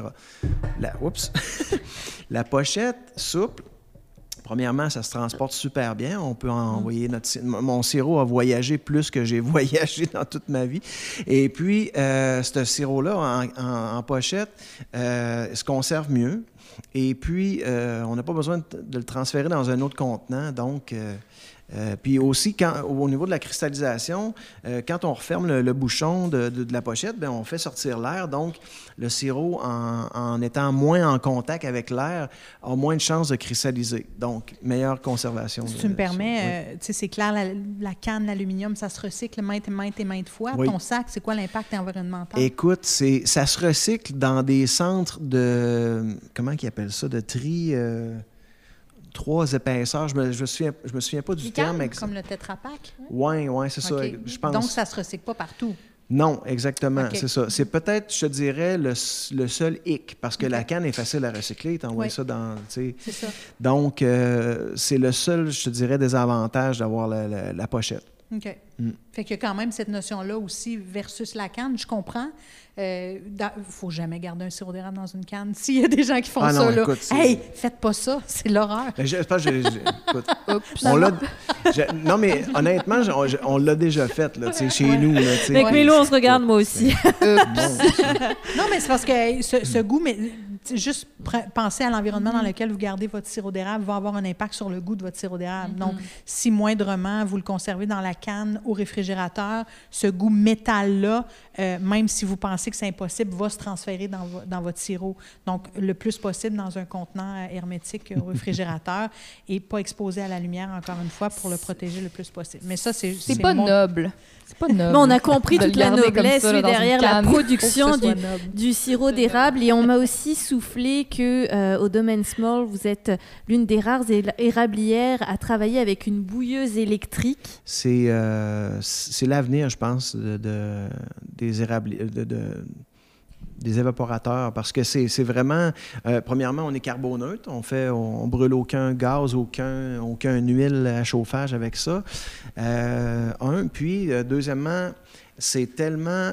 La pochette souple, premièrement, ça se transporte super bien. On peut envoyer mon sirop a voyagé plus que j'ai voyagé dans toute ma vie. Et puis, ce sirop-là, en pochette, se conserve mieux. Et puis, on n'a pas besoin de le transférer dans un autre contenant. Donc, puis aussi, au niveau de la cristallisation, quand on referme le bouchon de la pochette, bien, on fait sortir l'air. Donc, le sirop, en étant moins en contact avec l'air, a moins de chances de cristalliser. Donc, meilleure conservation. Si tu me permets, tu sais, c'est clair, la canne d'aluminium, ça se recycle maintes fois. Oui. Ton sac, c'est quoi l'impact environnemental? Écoute, ça se recycle dans des centres de... Comment ils appellent ça? De tri... 3 épaisseurs. Je me souviens pas du terme exact. Comme le Tetra Pak? Oui, c'est ça, je pense. Donc, ça ne se recycle pas partout? Non, exactement, Okay. c'est ça. C'est peut-être, je te dirais, le seul hic, parce que la canne est facile à recycler, t'envoies ça dans... C'est ça. Donc, c'est le seul, je te dirais, désavantage d'avoir la pochette. OK. Fait qu'il y a quand même cette notion-là aussi versus la canne, je comprends. Il ne faut jamais garder un sirop d'érable dans une canne. S'il y a des gens qui font ça, non, là, écoute, hey, faites pas ça, c'est l'horreur. Je pense que écoute, non, mais honnêtement, on l'a déjà fait, là, chez nous. Là, Avec Mélo, on se regarde, moi aussi. Non, mais c'est parce que ce goût, mais juste penser à l'environnement dans lequel vous gardez votre sirop d'érable va avoir un impact sur le goût de votre sirop d'érable. Donc, si moindrement vous le conservez dans la canne au réfrigérateur, ce goût métal-là, même si vous pensez que c'est impossible, va se transférer dans votre sirop. Donc, le plus possible dans un contenant hermétique au réfrigérateur et pas exposé à la lumière, encore une fois, pour le protéger le plus possible. Mais ça, c'est pas noble. C'est pas noble. Mais on a compris de toute le la garder comme noblesse ça, là, dans derrière une la canne. production Faut que ce soit noble. du sirop d'érable. Et on m'a aussi soufflé que au Domaine Small, vous êtes l'une des rares érablières à travailler avec une bouilleuse électrique. C'est l'avenir, je pense, des évaporateurs, parce que c'est vraiment... premièrement, on est carboneutre. On brûle aucun gaz, aucun huile à chauffage avec ça. Puis, deuxièmement, c'est tellement...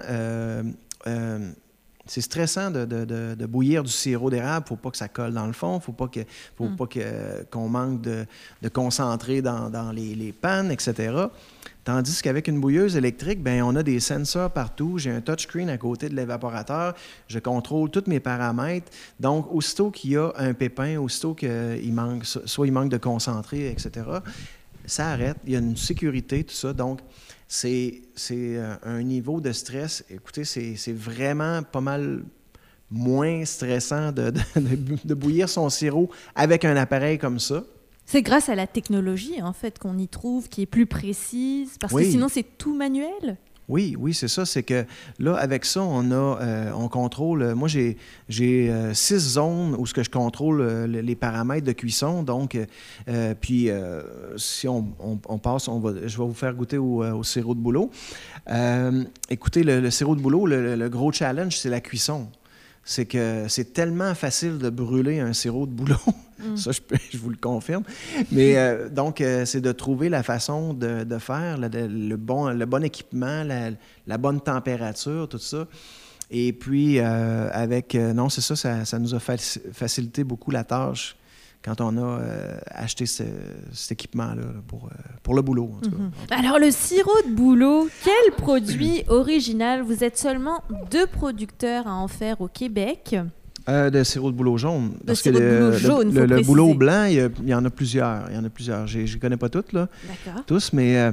c'est stressant de bouillir du sirop d'érable. Il ne faut pas que ça colle dans le fond. Il ne faut pas qu'on manque de concentrer dans les pannes, etc. Tandis qu'avec une bouilleuse électrique, bien, on a des sensors partout. J'ai un touchscreen à côté de l'évaporateur. Je contrôle tous mes paramètres. Donc, aussitôt qu'il y a un pépin, aussitôt qu'il manque, soit il manque de concentré, etc., ça arrête. Il y a une sécurité, tout ça. Donc, c'est un niveau de stress. Écoutez, c'est vraiment pas mal moins stressant de bouillir son sirop avec un appareil comme ça. C'est grâce à la technologie, en fait, qu'on y trouve, qui est plus précise, parce que sinon, c'est tout manuel. Oui, c'est ça. C'est que là, avec ça, on contrôle... Moi, j'ai 6 zones où je contrôle les paramètres de cuisson. Donc, puis, si on passe, je vais vous faire goûter au sirop de bouleau. Écoutez, le sirop de bouleau, le gros challenge, c'est la cuisson. C'est que c'est tellement facile de brûler un sirop de bouleau. Ça, je vous le confirme. Mais donc, c'est de trouver la façon de faire le bon équipement, la bonne température, tout ça. Et puis, non, c'est ça, ça nous a facilité beaucoup la tâche quand on a acheté cet équipement-là pour le boulot, en tout cas. Alors, le sirop de bouleau, quel produit original? Vous êtes seulement 2 producteurs à en faire au Québec. De sirop de bouleau jaune. Parce que le bouleau blanc, il y en a plusieurs. Je ne connais pas toutes, là. D'accord. Tous, mais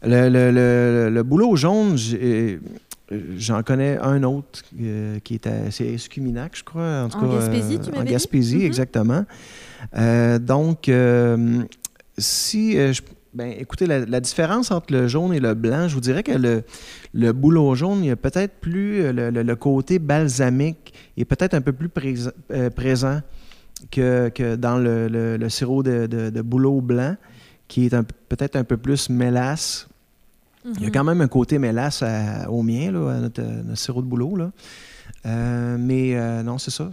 le bouleau jaune, j'en connais un autre c'est Escuminac, je crois. En tout cas, Gaspésie, tu m'avais dit? En Gaspésie, exactement. Donc, Écoutez, la différence entre le jaune et le blanc, je vous dirais que le bouleau jaune, il y a peut-être plus le côté balsamique est peut-être un peu plus présent que dans le sirop de bouleau blanc, qui est peut-être un peu plus mélasse. Mm-hmm. Il y a quand même un côté mélasse au mien, là, à notre sirop de bouleau, là. Non, c'est ça.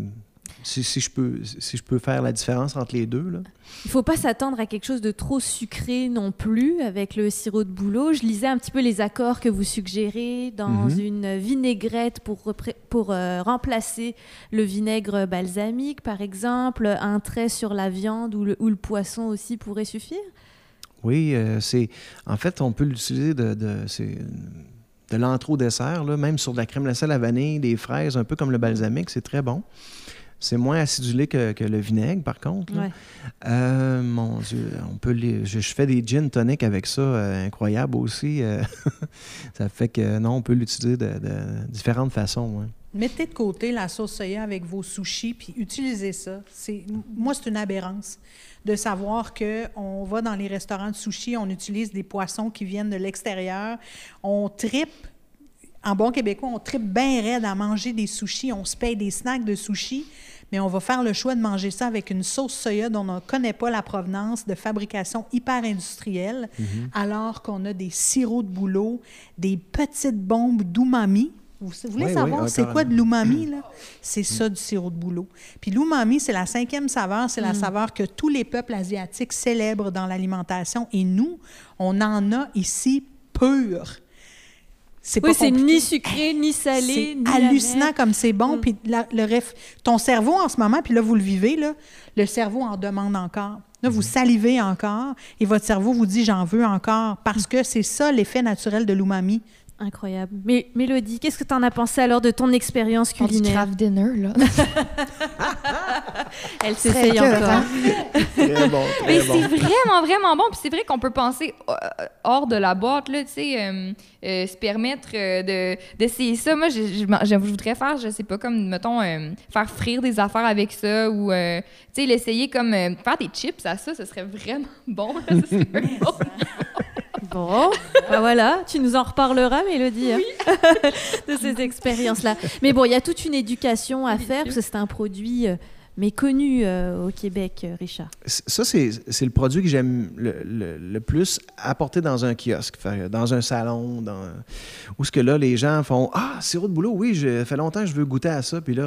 Si je peux faire la différence entre les deux, là. Il ne faut pas s'attendre à quelque chose de trop sucré non plus avec le sirop de bouleau. Je lisais un petit peu les accords que vous suggérez dans une vinaigrette pour remplacer le vinaigre balsamique, par exemple. Un trait sur la viande ou le poisson aussi pourrait suffire? Oui, en fait, on peut l'utiliser de l'entre-dessert, là, même sur de la crème glacée à la vanille, des fraises, un peu comme le balsamique, c'est très bon. C'est moins acidulé que le vinaigre, par contre. Ouais. Mon Dieu, je fais des gin tonic avec ça, incroyable aussi. Ça fait que, non, on peut l'utiliser de différentes façons. Ouais. Mettez de côté la sauce soya avec vos sushis, puis utilisez ça. Moi, c'est une aberrance de savoir qu'on va dans les restaurants de sushis, on utilise des poissons qui viennent de l'extérieur, on tripe. En bon québécois, on tripe bien raide à manger des sushis, on se paye des snacks de sushis, mais on va faire le choix de manger ça avec une sauce soya dont on ne connaît pas la provenance, de fabrication hyper industrielle, alors qu'on a des sirops de bouleau, des petites bombes d'umami. Vous voulez savoir c'est quoi de l'umami, là? C'est ça, du sirop de bouleau. Puis l'umami, c'est la 5e saveur, c'est la saveur que tous les peuples asiatiques célèbrent dans l'alimentation, et nous, on en a ici pur. C'est ni sucré, ni salé, ni hallucinant comme c'est bon. Puis ton cerveau, en ce moment, puis là, vous le vivez, là, le cerveau en demande encore. Là, vous salivez encore et votre cerveau vous dit « j'en veux encore » parce que c'est ça l'effet naturel de l'umami. Incroyable. Mais Mélodie, qu'est-ce que tu en as pensé alors de ton expérience culinaire? Du craft dinner, là. Elle s'essaye encore. Très bon, mais bon. C'est vraiment, vraiment bon. Puis c'est vrai qu'on peut penser hors de la boîte, là, tu sais, se permettre d'essayer ça. Moi, je voudrais faire, je sais pas, comme, mettons, faire frire des affaires avec ça ou, tu sais, l'essayer comme faire des chips à ça, ce serait vraiment bon. Là, ce serait bon. Bon, ben voilà, tu nous en reparleras, Mélodie, oui. De ces expériences-là. Mais bon, il y a toute une éducation à faire, parce que c'est un produit méconnu au Québec, Richard. Ça, c'est le produit que j'aime le plus apporter dans un kiosque, dans un salon, où ce que là, les gens font « Ah, sirop de bouleau, oui, ça fait longtemps que je veux goûter à ça. » Puis là,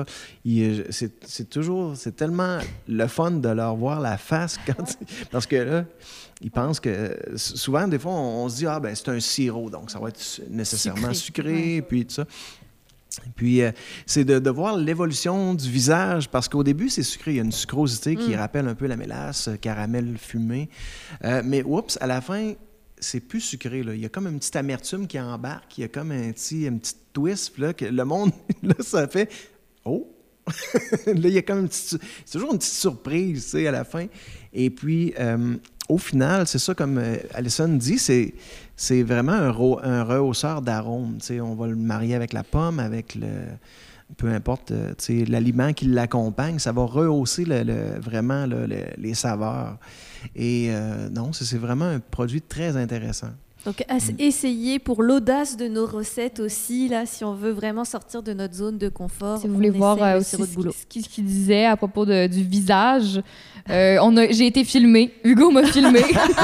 c'est tellement le fun de leur voir la face parce que là, ils pensent que souvent, des fois, on se dit « Ah, ben c'est un sirop, donc ça va être nécessairement sucré. » Puis tout ça. Puis, c'est de voir l'évolution du visage, parce qu'au début, c'est sucré. Il y a une sucrosité qui rappelle un peu la mélasse, caramel fumé. Mais, oups, à la fin, c'est plus sucré, là. Il y a comme une petite amertume qui embarque. Il y a comme un petit twist, là, que le monde, là, ça fait « Oh! » Là, il y a comme c'est toujours une petite surprise, tu sais, à la fin. Et puis, au final, c'est ça, comme Alison dit, c'est vraiment un rehausseur d'arôme. On va le marier avec la pomme, avec peu importe l'aliment qui l'accompagne. Ça va rehausser vraiment les saveurs. Et non, c'est vraiment un produit très intéressant. Donc, essayer pour l'audace de nos recettes aussi, là, si on veut vraiment sortir de notre zone de confort. Si vous voulez voir aussi ce qu'il disait à propos du visage, j'ai été filmée. Hugo m'a filmée.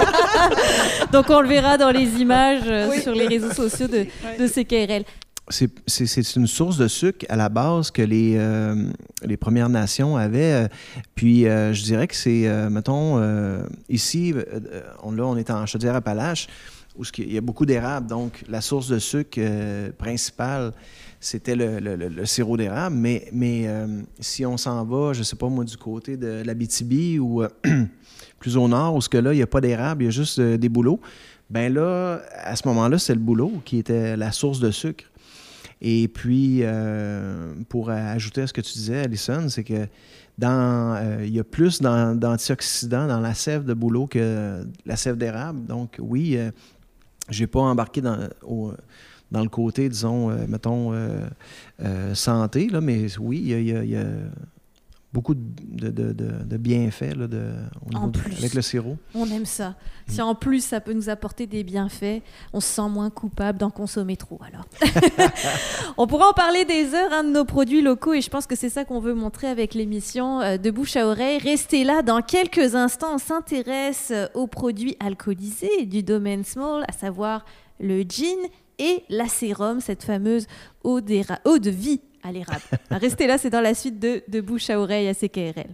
Donc, on le verra dans les images sur les réseaux sociaux de CKRL. C'est une source de sucre à la base que les Premières Nations avaient. Puis, je dirais que c'est, mettons, ici, on est en Chaudière-Appalaches, où il y a beaucoup d'érable. Donc, la source de sucre principale, c'était le sirop d'érable. Mais si on s'en va, je ne sais pas moi, du côté de l'Abitibi ou plus au nord, où là, il n'y a pas d'érable, il y a juste des bouleaux, bien là, à ce moment-là, c'est le bouleau qui était la source de sucre. Et puis, pour ajouter à ce que tu disais, Alison, c'est que il y a plus d'antioxydants dans la sève de bouleau que la sève d'érable. Donc, oui, je n'ai pas embarqué dans le côté, disons, mettons, santé, là, mais oui, il y a beaucoup de bienfaits là, avec le sirop. On aime ça. Si en plus ça peut nous apporter des bienfaits, on se sent moins coupable d'en consommer trop. Alors, on pourra en parler des heures de nos produits locaux et je pense que c'est ça qu'on veut montrer avec l'émission de Bouche à Oreille. Restez là, dans quelques instants, on s'intéresse aux produits alcoolisés du domaine Small, à savoir le gin et l'acérum, cette fameuse eau de vie à l'érable. Restez là, c'est dans la suite de Bouche à Oreille à CKRL.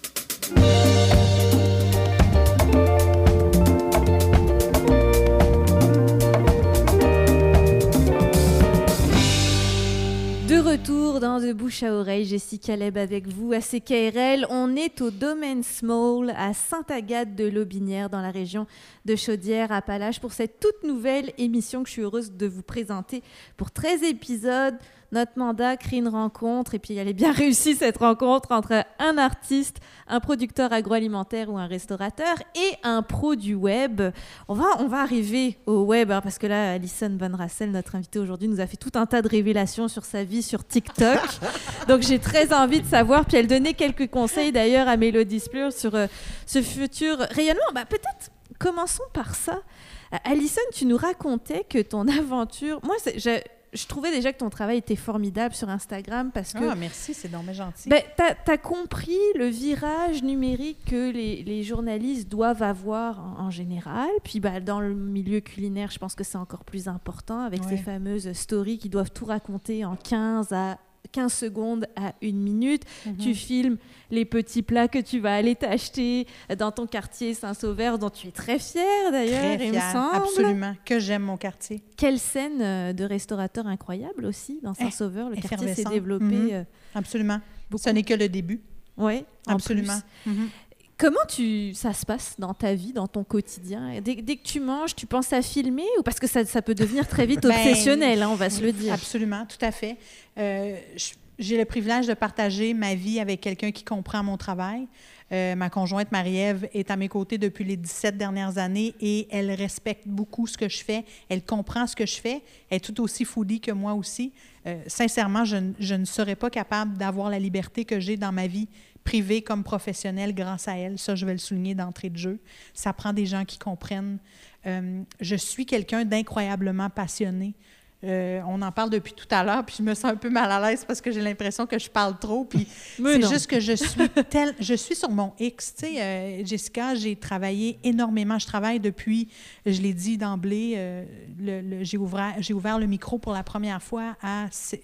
De retour dans De Bouche à Oreille, Jessica Leb avec vous à CKRL. On est au domaine Small à Sainte-Agathe-de-Lotbinière dans la région de Chaudière-Appalaches pour cette toute nouvelle émission que je suis heureuse de vous présenter pour 13 épisodes. Notre mandat crée une rencontre et puis elle est bien réussie cette rencontre entre un artiste, un producteur agroalimentaire ou un restaurateur et un pro du web. On va arriver au web parce que là, Alison Van Rassel, notre invitée aujourd'hui, nous a fait tout un tas de révélations sur sa vie sur TikTok. Donc j'ai très envie de savoir. Puis elle donnait quelques conseils d'ailleurs à Mélodie Splur sur ce futur rayonnement. Peut-être commençons par ça. Alison, tu nous racontais que ton aventure... Moi, je trouvais déjà que ton travail était formidable sur Instagram parce que... Ah, merci, c'est dommage gentil. T'as compris le virage numérique que les journalistes doivent avoir en général. Puis dans le milieu culinaire, je pense que c'est encore plus important avec ces fameuses stories qui doivent tout raconter en 15 secondes à 1 minute. Tu filmes les petits plats que tu vas aller t'acheter dans ton quartier Saint-Sauveur, dont tu es très fière d'ailleurs, très il fière, me semble. Absolument, que j'aime mon quartier. Quelle scène de restaurateur incroyable aussi dans Saint-Sauveur. Le quartier s'est développé. Absolument. Beaucoup. Ce n'est que le début. Oui, absolument. Comment ça se passe dans ta vie, dans ton quotidien? Dès que tu manges, tu penses à filmer ou parce que ça peut devenir très vite obsessionnel, on va se le dire. Absolument, tout à fait. J'ai le privilège de partager ma vie avec quelqu'un qui comprend mon travail. Ma conjointe Marie-Ève est à mes côtés depuis les 17 dernières années et elle respecte beaucoup ce que je fais. Elle comprend ce que je fais. Elle est tout aussi foodie que moi aussi. Sincèrement, je ne serais pas capable d'avoir la liberté que j'ai dans ma vie privée comme professionnelle grâce à elle. Ça, je vais le souligner d'entrée de jeu. Ça prend des gens qui comprennent. Je suis quelqu'un d'incroyablement passionné. On en parle depuis tout à l'heure, puis je me sens un peu mal à l'aise parce que j'ai l'impression que je parle trop. Puis c'est juste que je suis sur mon X. Tu sais, Jessica, j'ai travaillé énormément. Je travaille depuis, je l'ai dit d'emblée, j'ai ouvert le micro pour la première fois à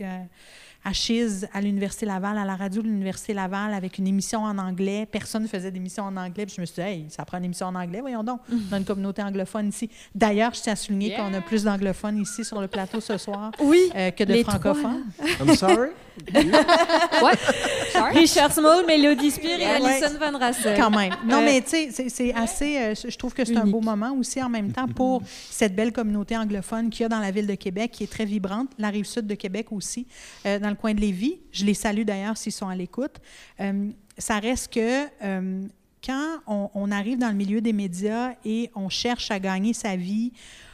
Chiz, à l'Université Laval, à la radio de l'Université Laval, avec une émission en anglais. Personne ne faisait d'émission en anglais. Puis je me suis dit, hey, ça prend une émission en anglais, voyons donc. On a une communauté anglophone ici. D'ailleurs, je tiens à souligner qu'on a plus d'anglophones ici sur le plateau ce soir que de francophones. I'm sorry. What? Sorry? Richard Small, Mélodie Splur et Alison Van Rassel. Quand même. Non, mais tu sais, c'est assez... je trouve que c'est un beau moment aussi en même temps pour cette belle communauté anglophone qu'il y a dans la ville de Québec, qui est très vibrante, la Rive-Sud de Québec aussi, dans le coin de Lévis. Je les salue d'ailleurs s'ils sont à l'écoute. Ça reste que quand on arrive dans le milieu des médias et on cherche à gagner sa vie,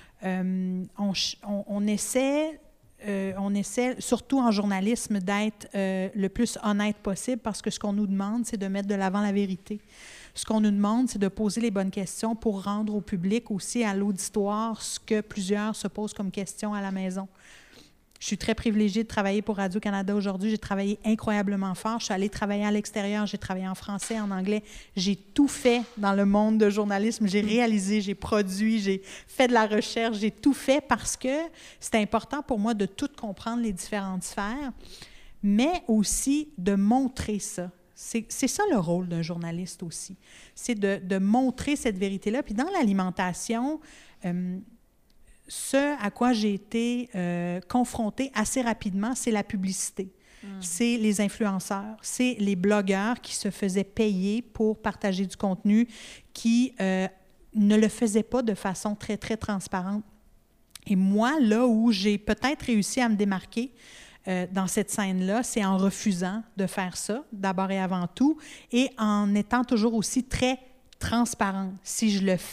on essaie, surtout en journalisme, d'être le plus honnête possible parce que ce qu'on nous demande, c'est de mettre de l'avant la vérité. Ce qu'on nous demande, c'est de poser les bonnes questions pour rendre au public aussi, à l'auditoire, ce que plusieurs se posent comme question à la maison. Je suis très privilégiée de travailler pour Radio-Canada aujourd'hui. J'ai travaillé incroyablement fort. Je suis allée travailler à l'extérieur. J'ai travaillé en français, en anglais. J'ai tout fait dans le monde de journalisme. J'ai réalisé, j'ai produit, j'ai fait de la recherche. J'ai tout fait parce que c'est important pour moi de tout comprendre les différentes sphères, mais aussi de montrer ça. C'est ça le rôle d'un journaliste aussi. C'est de montrer cette vérité-là. Puis dans l'alimentation... ce à quoi j'ai été confrontée assez rapidement, c'est la publicité. C'est les influenceurs, c'est les blogueurs qui se faisaient payer pour partager du contenu, qui ne le faisaient pas de façon très, très transparente. Et moi, là où j'ai peut-être réussi à me démarquer dans cette scène-là, c'est en refusant de faire ça, d'abord et avant tout, et en étant toujours aussi très transparente. Si je le fais,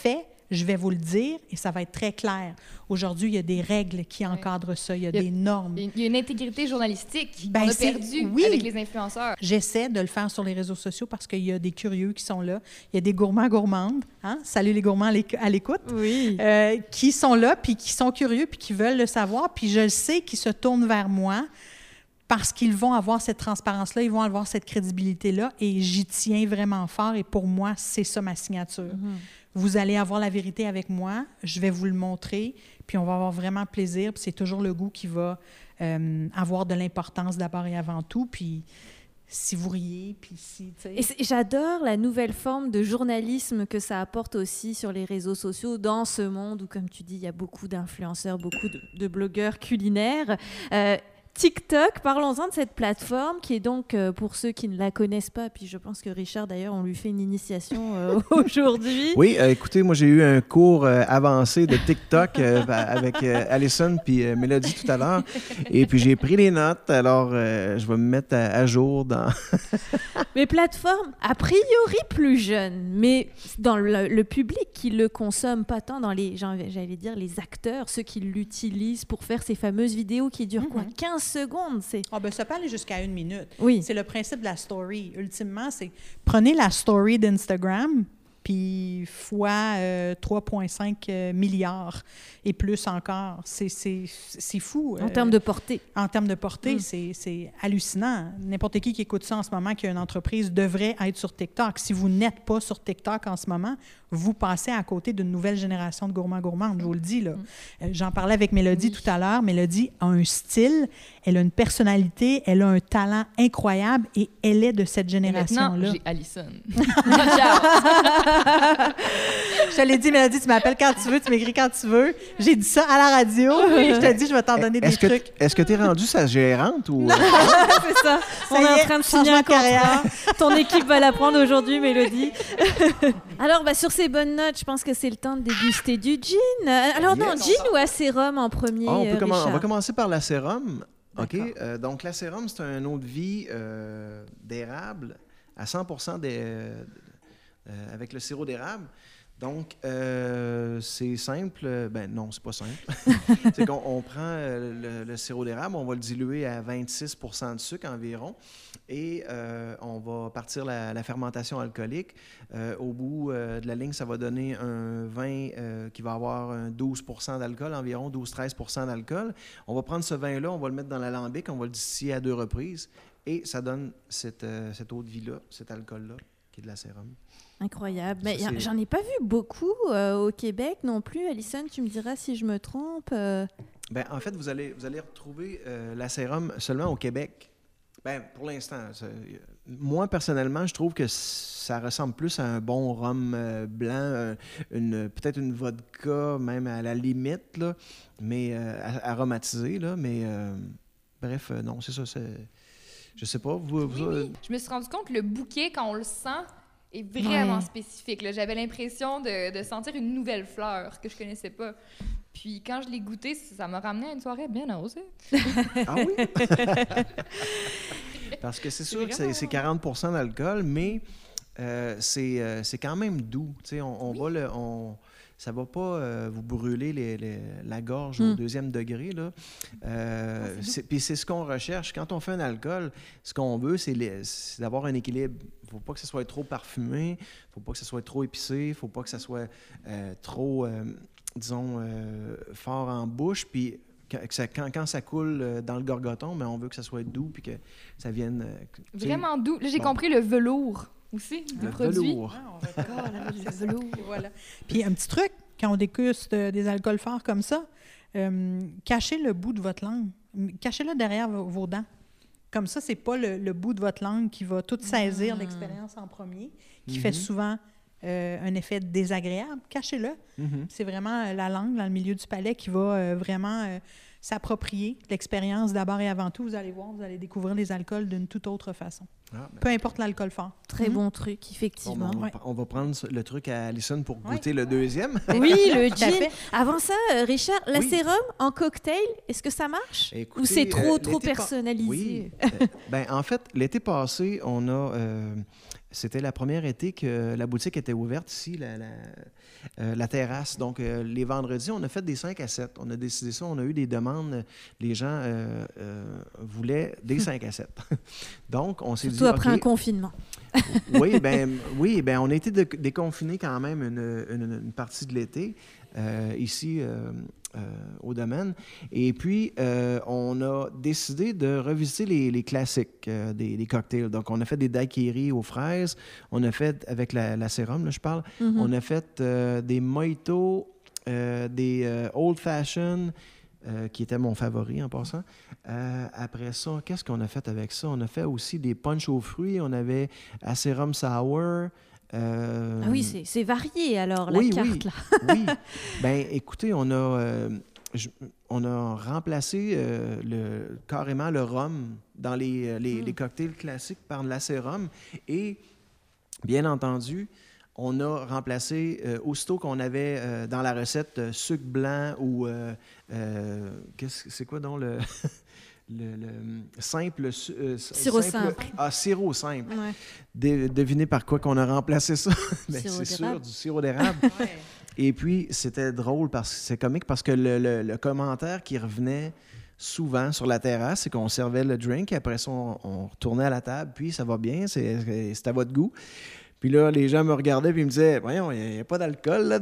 je vais vous le dire et ça va être très clair. Aujourd'hui, il y a des règles qui encadrent ça, il y a des normes. Il y a une intégrité journalistique Ben, qu'on a c'est- perdue oui. avec les influenceurs. J'essaie de le faire sur les réseaux sociaux parce qu'il y a des curieux qui sont là. Il y a des gourmandes. Hein? Salut les gourmands à l'écoute. Oui. Qui sont là, puis qui sont curieux, puis qui veulent le savoir. Puis je le sais qu'ils se tournent vers moi parce qu'ils vont avoir cette transparence-là, ils vont avoir cette crédibilité-là. Et j'y tiens vraiment fort. Et pour moi, c'est ça ma signature. Vous allez avoir la vérité avec moi. Je vais vous le montrer. Puis on va avoir vraiment plaisir. Puis c'est toujours le goût qui va avoir de l'importance d'abord et avant tout. Puis si vous riez, puis si... tu sais. Et j'adore la nouvelle forme de journalisme que ça apporte aussi sur les réseaux sociaux dans ce monde où, comme tu dis, il y a beaucoup d'influenceurs, beaucoup de blogueurs culinaires. TikTok, parlons-en de cette plateforme qui est donc, pour ceux qui ne la connaissent pas, puis je pense que Richard, d'ailleurs, on lui fait une initiation aujourd'hui. Oui, écoutez, moi j'ai eu un cours avancé de TikTok avec Alison puis Mélodie tout à l'heure. Et puis j'ai pris les notes, alors je vais me mettre à jour dans... Mais plateforme, a priori plus jeune, mais dans le public qui le consomme, pas tant dans les, j'allais dire, les acteurs, ceux qui l'utilisent pour faire ces fameuses vidéos qui durent quoi, 15 secondes, c'est... Ah ben ça peut aller jusqu'à 1 minute. Oui. C'est le principe de la story. Ultimement, c'est prenez la story d'Instagram, puis fois 3,5 milliards et plus encore. C'est fou. En termes de portée. En termes de portée, c'est hallucinant. N'importe qui écoute ça en ce moment, qui a une entreprise, devrait être sur TikTok. Si vous n'êtes pas sur TikTok en ce moment, vous passez à côté d'une nouvelle génération de gourmands-gourmandes, je vous le dis. Là. J'en parlais avec Mélodie tout à l'heure. Mélodie a un style, elle a une personnalité, elle a un talent incroyable et elle est de cette génération-là. Maintenant, j'ai Alison. Je te l'ai dit, Mélodie, tu m'appelles quand tu veux, tu m'écris quand tu veux. J'ai dit ça à la radio. Je te dis, je vais t'en donner des trucs. Est-ce que tu es rendue sa gérante ou... C'est ça. On Ça y est en est, train de signer changement un de carrière. contrat. Ton équipe va l'apprendre aujourd'hui, Mélodie. Alors, sur ces bonnes notes, je pense que c'est le temps de déguster du gin. Alors, non, Yes. gin ou acérum en premier, Ah, on Richard? va commencer par l'acérum. OK. D'accord. Donc, l'acérum, c'est un eau de vie d'érable à 100% avec le sirop d'érable. Donc, c'est simple. Ben non, c'est pas simple. C'est qu'on prend le sirop d'érable, on va le diluer à 26% de sucre environ et on va partir la fermentation alcoolique. Au bout de la ligne, ça va donner un vin qui va avoir un 12% d'alcool, environ 12-13% d'alcool. On va prendre ce vin-là, on va le mettre dans l'alambic, on va le distiller à 2 reprises et ça donne cette eau de vie-là, cet alcool-là, qui est de l'acérum. Incroyable. Mais Ça, c'est- j'en ai pas vu beaucoup au Québec non plus. Alison, tu me diras si je me trompe. Ben, en fait, vous allez retrouver l'acérum seulement au Québec. Ben, pour l'instant. Moi, personnellement, je trouve que ça ressemble plus à un bon rhum blanc, peut-être une vodka, même à la limite, là, mais aromatisé. Là, mais bref, non, c'est ça. Je sais pas. Je me suis rendu compte que le bouquet, quand on le sent, est vraiment Ouais. spécifique. Là. J'avais l'impression de sentir une nouvelle fleur que je connaissais pas. Puis quand je l'ai goûté, ça m'a ramené à une soirée bien osée. Ah oui? Parce que c'est sûr que c'est 40% d'alcool, mais c'est quand même doux. Tu sais, ça ne va pas vous brûler la gorge au 2e degré. Là. Puis c'est ce qu'on recherche. Quand on fait un alcool, ce qu'on veut, c'est d'avoir un équilibre. Il ne faut pas que ce soit trop parfumé, il ne faut pas que ce soit trop épicé, il ne faut pas que ce soit trop, disons, fort en bouche. Puis quand ça coule dans le gorgoton, mais on veut que ça soit doux puis que ça vienne... Vraiment doux. Là, j'ai bon. compris le velours aussi du le produit. velours. Le velours. Voilà. Puis un petit truc, quand on déguste des alcools forts comme ça, cachez le bout de votre langue. Cachez-le derrière vos dents. Comme ça, c'est pas le bout de votre langue qui va tout saisir l'expérience en premier, qui fait souvent un effet désagréable. Cachez-le. C'est vraiment la langue dans le milieu du palais qui va vraiment s'approprier l'expérience d'abord et avant tout. Vous allez voir, vous allez découvrir les alcools d'une toute autre façon. Ah, ben, Peu importe l'alcool fort. Très bon truc, effectivement. on va prendre le truc à Alison pour Ouais. goûter le deuxième. Oui, le Tout à gin. fait. Avant ça, Richard, l'acérum en cocktail, est-ce que ça marche? Écoutez, Ou c'est trop l'été personnalisé? Oui. Ben, en fait, l'été passé, on a c'était la première été que la boutique était ouverte ici, la terrasse. Donc, les vendredis, on a fait des 5 à 7. On a décidé ça. On a eu des demandes. Les gens voulaient des 5 à 7. Donc, on s'est dit... Surtout après OK, un confinement. oui, on a été déconfinés quand même une partie de l'été ici au domaine. Et puis, on a décidé de revisiter les classiques des cocktails. Donc, on a fait des daiquiris aux fraises. On a fait, avec la sérum, là, je parle, on a fait des mojitos, des old fashion, qui était mon favori en passant. Après ça, qu'est-ce qu'on a fait avec ça? On a fait aussi des punch aux fruits. On avait Acerum Sour. Ah oui, c'est varié alors, la carte, là. Oui. Bien, écoutez, on a remplacé carrément le rhum dans les cocktails classiques par de l'acérum. Et, bien entendu, on a remplacé, aussitôt qu'on avait dans la recette sucre blanc ou... c'est quoi donc le... le simple... sirop simple. Ah, sirop simple. Ouais. Devinez par quoi qu'on a remplacé ça? Bien, Sirop c'est d'érable. sûr, du sirop d'érable. Ouais. Et puis, c'était drôle, c'est comique parce que le commentaire qui revenait souvent sur la terrasse, c'est qu'on servait le drink, et après ça, on retournait à la table, puis ça va bien, c'est à votre goût. Puis là, les gens me regardaient et me disaient « Voyons, il n'y a pas d'alcool là-dedans. »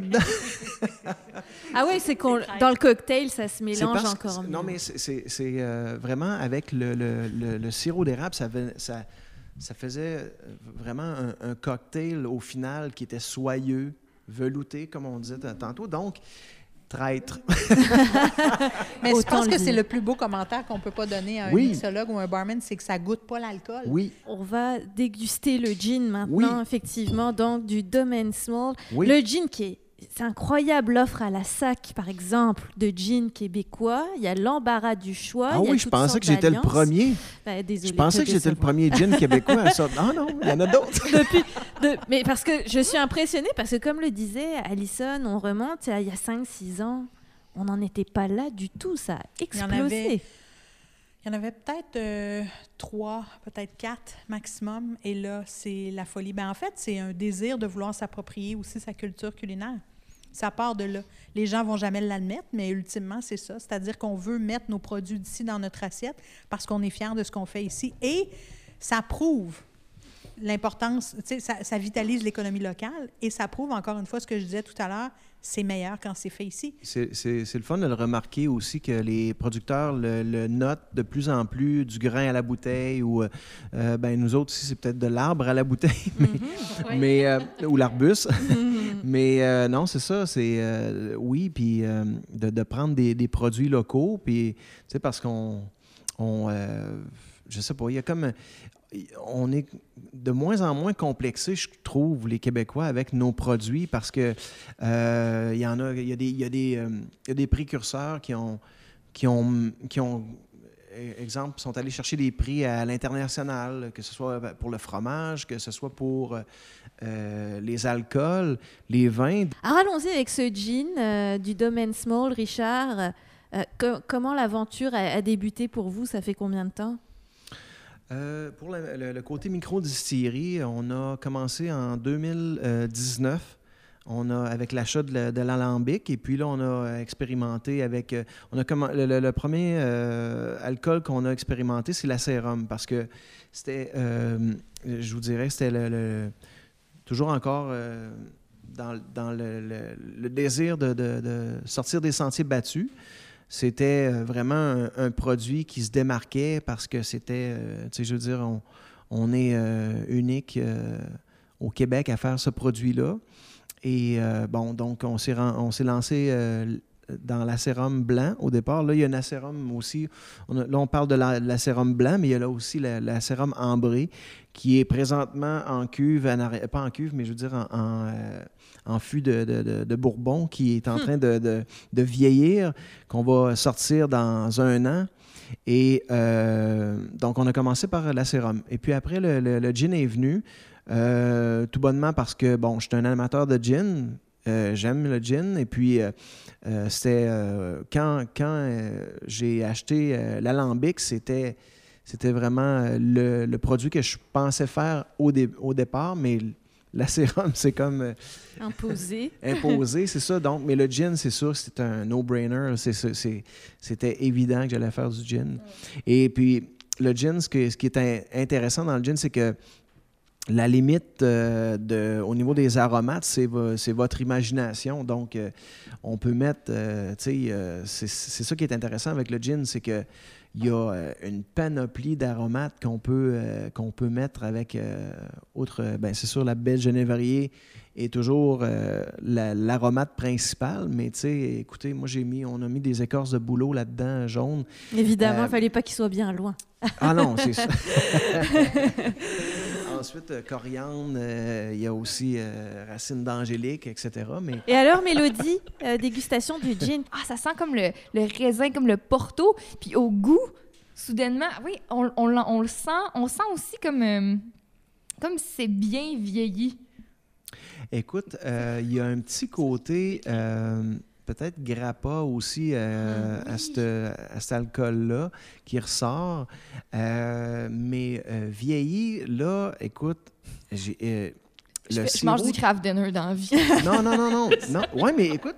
Ah oui, c'est qu'on dans le cocktail, ça se C'est mélange parce que- encore mieux. Non, mais c'est vraiment avec le sirop d'érable, ça faisait vraiment un cocktail au final qui était soyeux, velouté, comme on disait tantôt. Donc, traître. Mais je Autant pense le que dire. c'est le plus beau commentaire qu'on peut pas donner à un Oui. mixologue ou un barman, c'est que ça goûte pas l'alcool. Oui, On va déguster le gin maintenant, effectivement, donc du Dumb and Small. oui. Le gin c'est incroyable, l'offre à la SAC, par exemple, de gin québécois. Il y a l'embarras du choix. Ah il y a oui, je toutes pensais sortes que j'étais le d'alliances. premier. Ben, désolée Je pensais de que j'étais le décevoir. premier gin québécois à ça. Non, non, il y en a d'autres. Mais parce que je suis impressionnée, parce que comme le disait Alison, on remonte il y a 5-6 ans, on n'en était pas là du tout. Ça a y en explosé. Il y en avait peut-être 3, peut-être 4 maximum. Et là, c'est la folie. Ben, en fait, c'est un désir de vouloir s'approprier aussi sa culture culinaire. Ça part de là. Les gens ne vont jamais l'admettre, mais ultimement, c'est ça. C'est-à-dire qu'on veut mettre nos produits d'ici dans notre assiette parce qu'on est fiers de ce qu'on fait ici. Et ça prouve l'importance, tu sais, ça vitalise l'économie locale et ça prouve, encore une fois, ce que je disais tout à l'heure, c'est meilleur quand c'est fait ici. C'est le fun de le remarquer aussi que les producteurs le notent de plus en plus, du grain à la bouteille ou ben nous autres ici, c'est peut-être de l'arbre à la bouteille, mais ou l'arbuste. Mais non, c'est ça, c'est oui, puis de prendre des produits locaux, puis tu sais, parce je sais pas, il y a comme... On est de moins en moins complexé, je trouve, les Québécois, avec nos produits, parce que il y a des précurseurs qui ont exemple, sont allés chercher des prix à l'international, que ce soit pour le fromage, que ce soit pour les alcools, les vins. Alors allons-y avec ce gin du Dumb and Small, Richard. Comment l'aventure a débuté pour vous? Ça fait combien de temps? Pour le côté micro-distillerie, on a commencé en 2019. Avec l'achat de l'alambic, et puis là, on a expérimenté avec... le premier alcool qu'on a expérimenté, c'est l'acérum, parce que c'était, je vous dirais, c'était toujours encore dans le désir de sortir des sentiers battus. C'était vraiment un produit qui se démarquait parce que c'était, tu sais, je veux dire, on est unique au Québec à faire ce produit-là. Et bon, donc on s'est lancé dans l'acérum blanc au départ. Là, il y a un acérum aussi. Là, on parle de l'acérum blanc, mais il y a là aussi l'acérum ambré qui est présentement en cuve, pas en cuve, mais je veux dire en fût de Bourbon qui est en train de vieillir, qu'on va sortir dans 1 an. Et donc, on a commencé par l'acérum. Et puis après, le gin est venu, tout bonnement parce que, bon, je suis un amateur de gin. J'aime le gin. Et puis, c'était quand j'ai acheté l'alambic, c'était c'était vraiment le produit que je pensais faire au départ, mais l'acérum, c'est comme... Imposé. Imposé, c'est ça. Donc, mais le gin, c'est sûr, c'était un no-brainer. C'était évident que j'allais faire du gin. Et puis, le gin, ce qui est intéressant dans le gin, c'est que la limite au niveau des aromates, c'est votre imagination. Donc, on peut mettre... c'est ça qui est intéressant avec le gin, c'est que il y a une panoplie d'aromates qu'on peut mettre avec c'est sûr, la baie de genévrier est toujours l'aromate principal, mais tu sais, écoutez, moi on a mis des écorces de bouleau là-dedans, jaunes. Évidemment, il ne fallait pas qu'ils soient bien loin. Ah non, c'est ça. Ensuite, coriandre, il y a aussi racine d'angélique, etc. Mais... Et alors, Mélodie, dégustation du gin. Ah, ça sent comme le raisin, comme le porto. Puis au goût, soudainement, oui, on le sent. On sent aussi comme si c'est bien vieilli. Écoute, il y a un petit côté... peut-être grappa aussi à cet alcool-là qui ressort. Mais vieilli, là, écoute, je mange du craft dinner dans la vie. Non. Oui, mais écoute...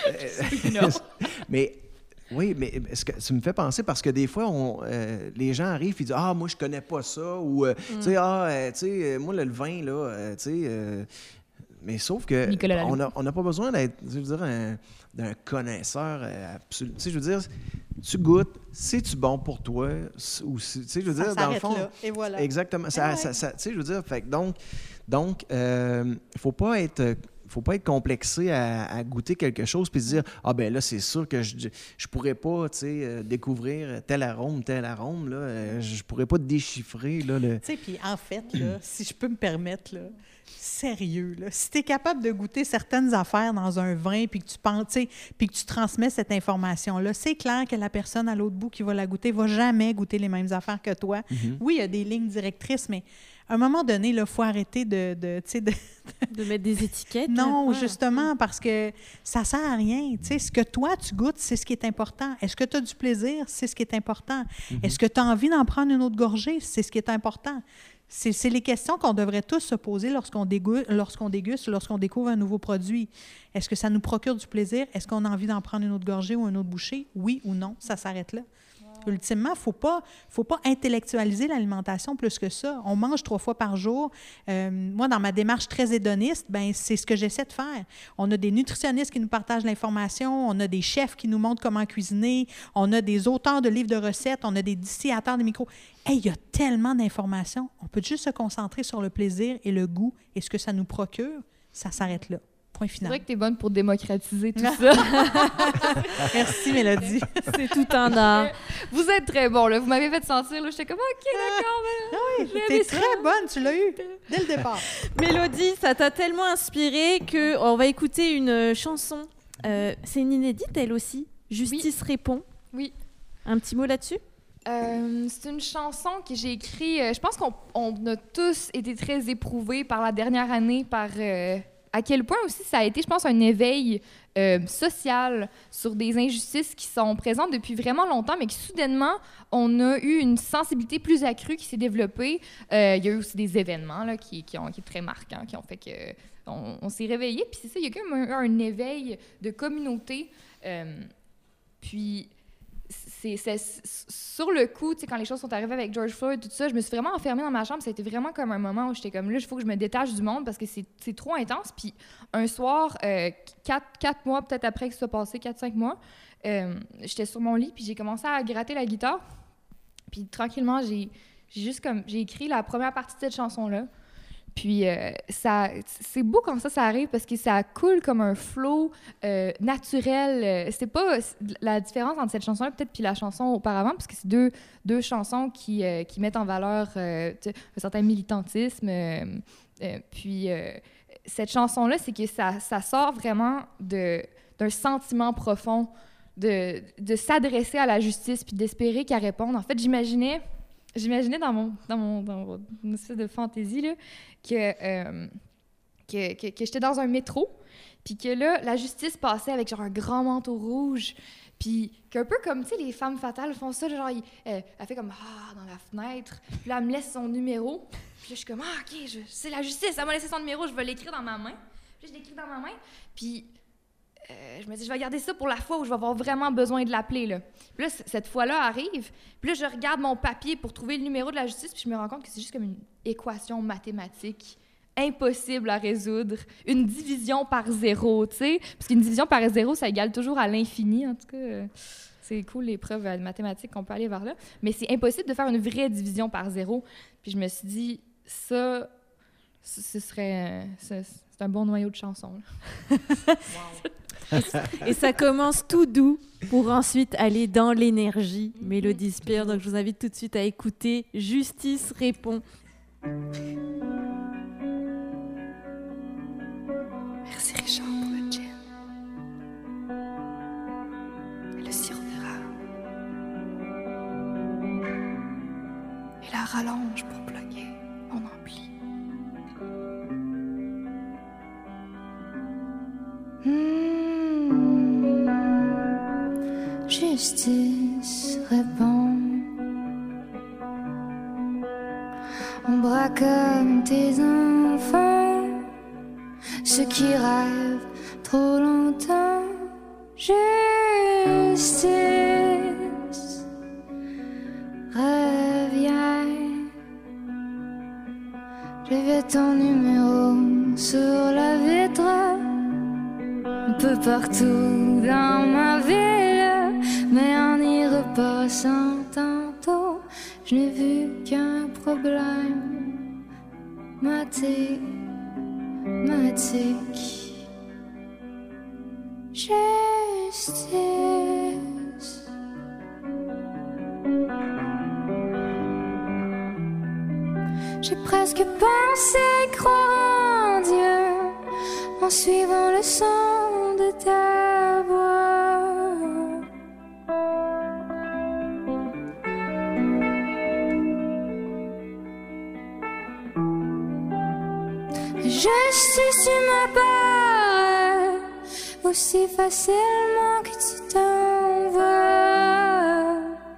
mais... Oui, mais est-ce que tu me fais penser parce que des fois, les gens arrivent et disent « Ah, moi, je connais pas ça » ou « Tu sais, moi, le vin, là, tu sais... » Mais sauf que on n'a pas besoin d'être, je veux dire, d'un connaisseur absolu. Tu sais, je veux dire, tu goûtes, c'est-tu bon pour toi? Ou, tu sais, je veux dire, dans le fond... là, et voilà. Exactement. Tu sais, je veux dire, fait que donc, faut pas être complexé à goûter quelque chose puis se dire « Ah, ben là, c'est sûr que je pourrais pas, tu sais, découvrir tel arôme, là, je pourrais pas déchiffrer, là, le... » Tu sais, puis en fait, là, si je peux me permettre, là, sérieux, là, si tu es capable de goûter certaines affaires dans un vin puis que tu penses, puis que tu transmets cette information-là, c'est clair que la personne à l'autre bout qui va la goûter va jamais goûter les mêmes affaires que toi. Mm-hmm. Oui, il y a des lignes directrices, mais à un moment donné, il faut arrêter de mettre des étiquettes. Non, justement, parce que ça ne sert à rien. Tu sais, ce que toi, tu goûtes, c'est ce qui est important. Est-ce que tu as du plaisir? C'est ce qui est important. Mm-hmm. Est-ce que tu as envie d'en prendre une autre gorgée? C'est ce qui est important. C'est les questions qu'on devrait tous se poser lorsqu'on déguste, lorsqu'on découvre un nouveau produit. Est-ce que ça nous procure du plaisir? Est-ce qu'on a envie d'en prendre une autre gorgée ou une autre bouchée? Oui ou non? Ça s'arrête là. Ultimement, il ne faut pas intellectualiser l'alimentation plus que ça. On mange 3 fois par jour. Moi, dans ma démarche très hédoniste, c'est ce que j'essaie de faire. On a des nutritionnistes qui nous partagent l'information, on a des chefs qui nous montrent comment cuisiner, on a des auteurs de livres de recettes, on a des distillateurs de micros. Hey, il y a tellement d'informations. On peut juste se concentrer sur le plaisir et le goût et ce que ça nous procure. Ça s'arrête là. Point final. C'est vrai que tu es bonne pour démocratiser tout ça. Merci, Mélodie. C'est tout un art. Vous êtes très bon, là. Vous m'avez fait sentir, là. J'étais comme, OK, d'accord. Oui, t'es très bonne. Tu l'as eu dès le départ. Mélodie, ça t'a tellement inspiré qu'on va écouter une chanson. C'est une inédite, elle aussi. Justice répond. Oui. Un petit mot là-dessus? C'est une chanson que j'ai écrite. Je pense qu'on a tous été très éprouvés par la dernière année, par... à quel point aussi ça a été, je pense, un éveil social sur des injustices qui sont présentes depuis vraiment longtemps, mais qui soudainement, on a eu une sensibilité plus accrue qui s'est développée. Il y a eu aussi des événements là, qui étaient très marquants, qui ont fait qu'on s'est réveillés. Puis c'est ça, il y a quand même un éveil de communauté. Puis... C'est sur le coup, tu sais, quand les choses sont arrivées avec George Floyd, tout ça, je me suis vraiment enfermée dans ma chambre. Ça a été vraiment comme un moment où j'étais comme là, il faut que je me détache du monde parce que c'est trop intense. Puis un soir, 4 mois peut-être après que ça soit passé, 4-5 mois, j'étais sur mon lit puis j'ai commencé à gratter la guitare. Puis tranquillement, j'ai écrit la première partie de cette chanson-là. Puis c'est beau quand ça arrive parce que ça coule comme un flow naturel. C'est pas la différence entre cette chanson-là peut-être puis la chanson auparavant parce que c'est deux chansons qui mettent en valeur un certain militantisme. Puis cette chanson-là, c'est que ça sort vraiment d'un sentiment profond de s'adresser à la justice puis d'espérer qu'elle réponde. En fait, j'imaginais dans mon espèce de fantaisie là, que que j'étais dans un métro, puis que là, la justice passait avec genre un grand manteau rouge, puis qu'un peu comme, tu sais, les femmes fatales font ça, genre, elle fait comme « Ah » dans la fenêtre, puis là, elle me laisse son numéro, puis là, je suis comme « Ah, OK, c'est la justice, elle m'a laissé son numéro, je vais l'écrire dans ma main. » Puis là, je l'écris dans ma main, puis je me dis « Je vais garder ça pour la fois où je vais avoir vraiment besoin de l'appeler, là. » Puis là, cette fois-là arrive, puis là, je regarde mon papier pour trouver le numéro de la justice, puis je me rends compte que c'est juste comme une équation mathématique impossible à résoudre, une division par 0, tu sais, parce qu'une division par 0, ça égale toujours à l'infini, en tout cas, c'est cool les preuves mathématiques qu'on peut aller vers là, mais c'est impossible de faire une vraie division par 0, puis je me suis dit, ça, ce serait, c'est un bon noyau de chanson, là. Et ça commence tout doux pour ensuite aller dans l'énergie, Mélodie Spear, donc je vous invite tout de suite à écouter Justice répond. Merci Richard pour le gin. Et le sirop d'érable. Et la rallonge pour plugger mon ampli. Justice répond. On braconne tes enfants, ceux qui rêvent trop longtemps. Justice, reviens. J'ai vu ton numéro sur la vitre, un peu partout dans ma ville, mais en y repassant tantôt, je n'ai vu qu'un problème mathématique. Justice. J'ai presque pensé croire en Dieu en suivant le son de ta voix. Justice, tu m'apparais aussi facilement que tu t'en vas.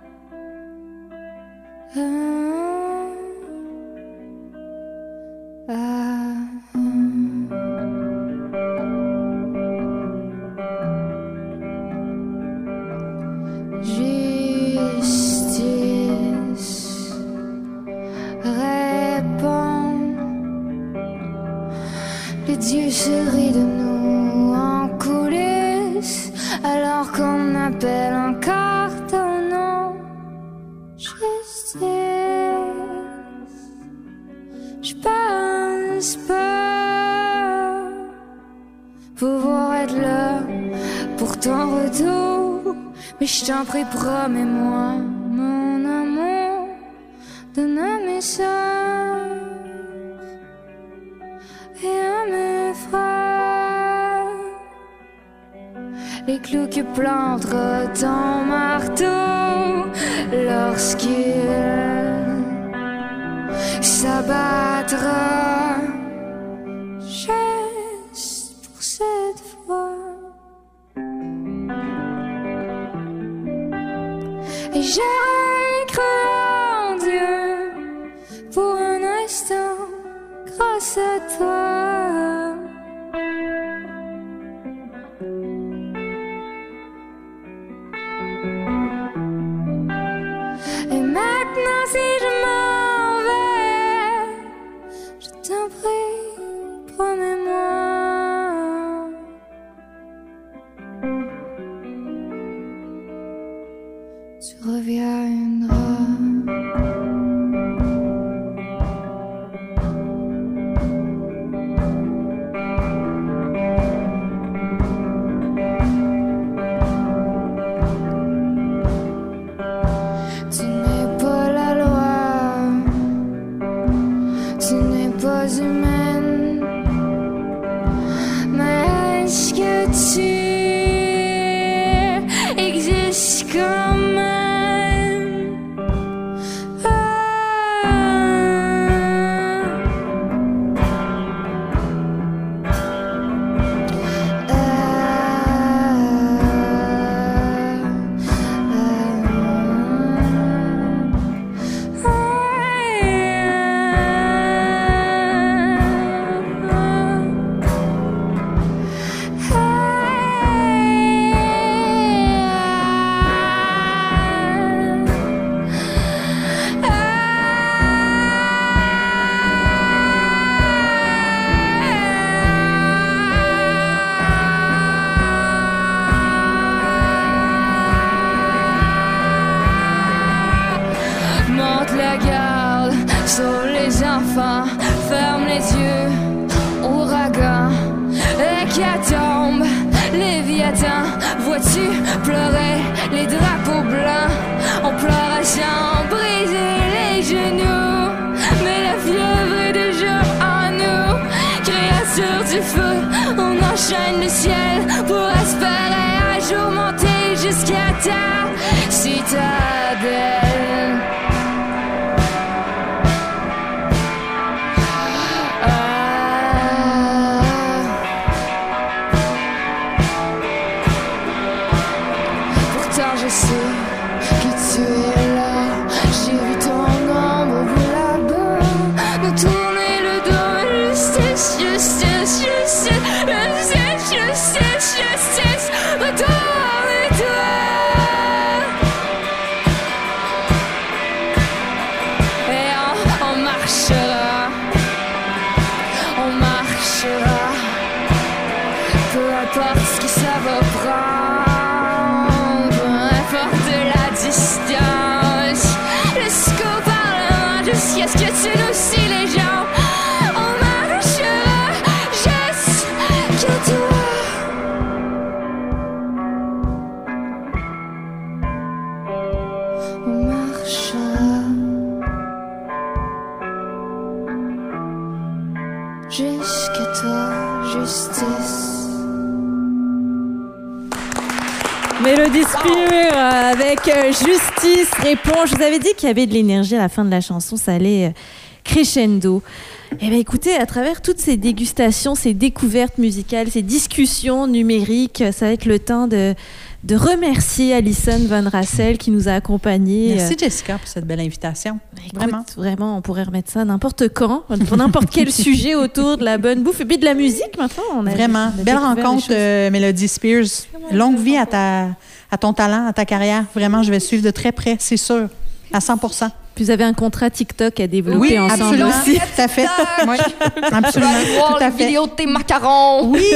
Justice répond. Les dieux se rient de nous en coulisses alors qu'on appelle encore ton nom. Justice, je pense pas pouvoir être là pour ton retour, mais je t'en prie, promets-moi, mon amour, donne à mes sœurs et à mes frères les clous que plantera ton marteau lorsqu'il s'abattra. Juste pour cette fois. Et j'ai cru en Dieu pour un instant grâce à toi. Et maintenant si je m'en vais, je t'en prie, promets-moi. Tu reviendras. Tu n'es pas la loi, tu n'es pas humaine, mais est-ce que tu existes quand même? vois-tu pleurer les drapeaux blancs? On pleure sans briser les genoux, mais la fièvre est déjà en nous. Créature du feu, on enchaîne le ciel pour espérer un jour monter jusqu'à ta citadelle. Pourtant je sais que tu es là, j'ai vu ton ombre là-bas, nous tourner le dos. Justice, justice, justice, justice, justice, justice, retourne-toi. Et on marchera, peu importe ce que ça va prendre, peu importe la distance, jusqu'au Parlement, jusqu'à ce que tu nous scies les jambes. On marchera jusqu'à toi. On marchera jusqu'à toi, justice. Mélodie Spur avec Justice répond. Je vous avais dit qu'il y avait de l'énergie à la fin de la chanson, ça allait crescendo. Eh bien écoutez, à travers toutes ces dégustations, ces découvertes musicales, ces discussions numériques, ça va être le temps de remercier Alison Van Rassel qui nous a accompagnés. Merci Jessica pour cette belle invitation. Écoute, vraiment, on pourrait remettre ça n'importe quand, pour n'importe quel sujet autour de la bonne bouffe et puis de la musique maintenant. Vraiment, belle rencontre Mélodie Spears. Longue vie à ton talent, à ta carrière. Vraiment, je vais suivre de très près, c'est sûr, à 100%. Puis vous avez un contrat TikTok à développer ensemble aussi. Tout à fait. Oui, absolument. Voir les vidéos de tes macarons. Oui.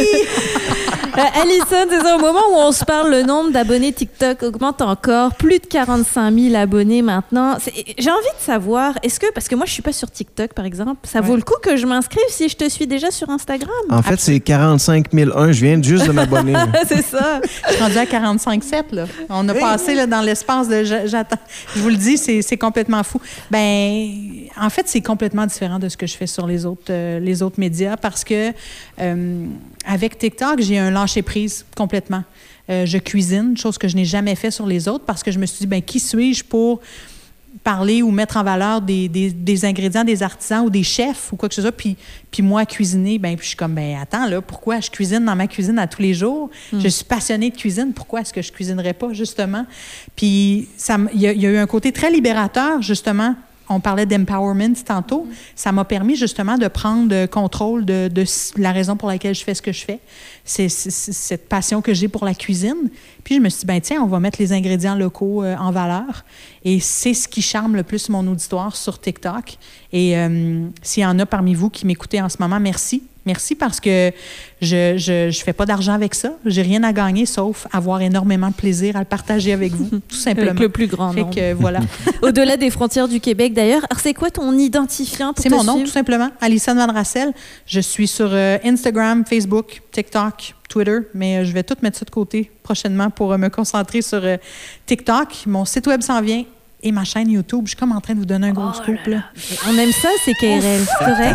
Alison, c'est ça, au moment où on se parle, le nombre d'abonnés TikTok augmente encore. Plus de 45 000 abonnés maintenant. J'ai envie de savoir, parce que moi, je suis pas sur TikTok, par exemple, ça vaut le coup que je m'inscrive si je te suis déjà sur Instagram? En fait, c'est 45 001. Je viens juste de m'abonner. C'est ça. Je suis rendue à 45,7. Là. On a passé là, dans l'espace de... J'attends. Je vous le dis, c'est complètement fou. Ben, en fait, c'est complètement différent de ce que je fais sur les autres médias parce que avec TikTok, j'ai un lâcher-prise complètement. Je cuisine, chose que je n'ai jamais fait sur les autres parce que je me suis dit, ben, qui suis-je pour parler ou mettre en valeur des ingrédients, des artisans ou des chefs ou quoi que ce soit. Puis moi, cuisiner, ben, je suis comme, ben attends, là, pourquoi je cuisine dans ma cuisine à tous les jours? Je suis passionnée de cuisine, pourquoi est-ce que je cuisinerais pas, justement? Puis il y a eu un côté très libérateur, justement. On parlait d'empowerment tantôt. Ça m'a permis justement de prendre contrôle de la raison pour laquelle je fais ce que je fais. C'est cette passion que j'ai pour la cuisine. Puis je me suis dit, ben tiens, on va mettre les ingrédients locaux en valeur. Et c'est ce qui charme le plus mon auditoire sur TikTok. Et s'il y en a parmi vous qui m'écoutez en ce moment, merci. Merci parce que je fais pas d'argent avec ça. J'ai rien à gagner sauf avoir énormément de plaisir à le partager avec vous, tout simplement. Avec le plus grand nombre. Fait que voilà. Au-delà des frontières du Québec, d'ailleurs. Alors, c'est quoi ton identifiant pour te suivre? C'est mon nom, suivre? tout simplement. Alison Van Rassel. Je suis sur Instagram, Facebook, TikTok, Twitter, mais je vais tout mettre ça de côté prochainement pour me concentrer sur TikTok. Mon site web s'en vient. Et ma chaîne YouTube, je suis comme en train de vous donner un gros scoop. Là. On aime ça, c'est KRL. C'est correct.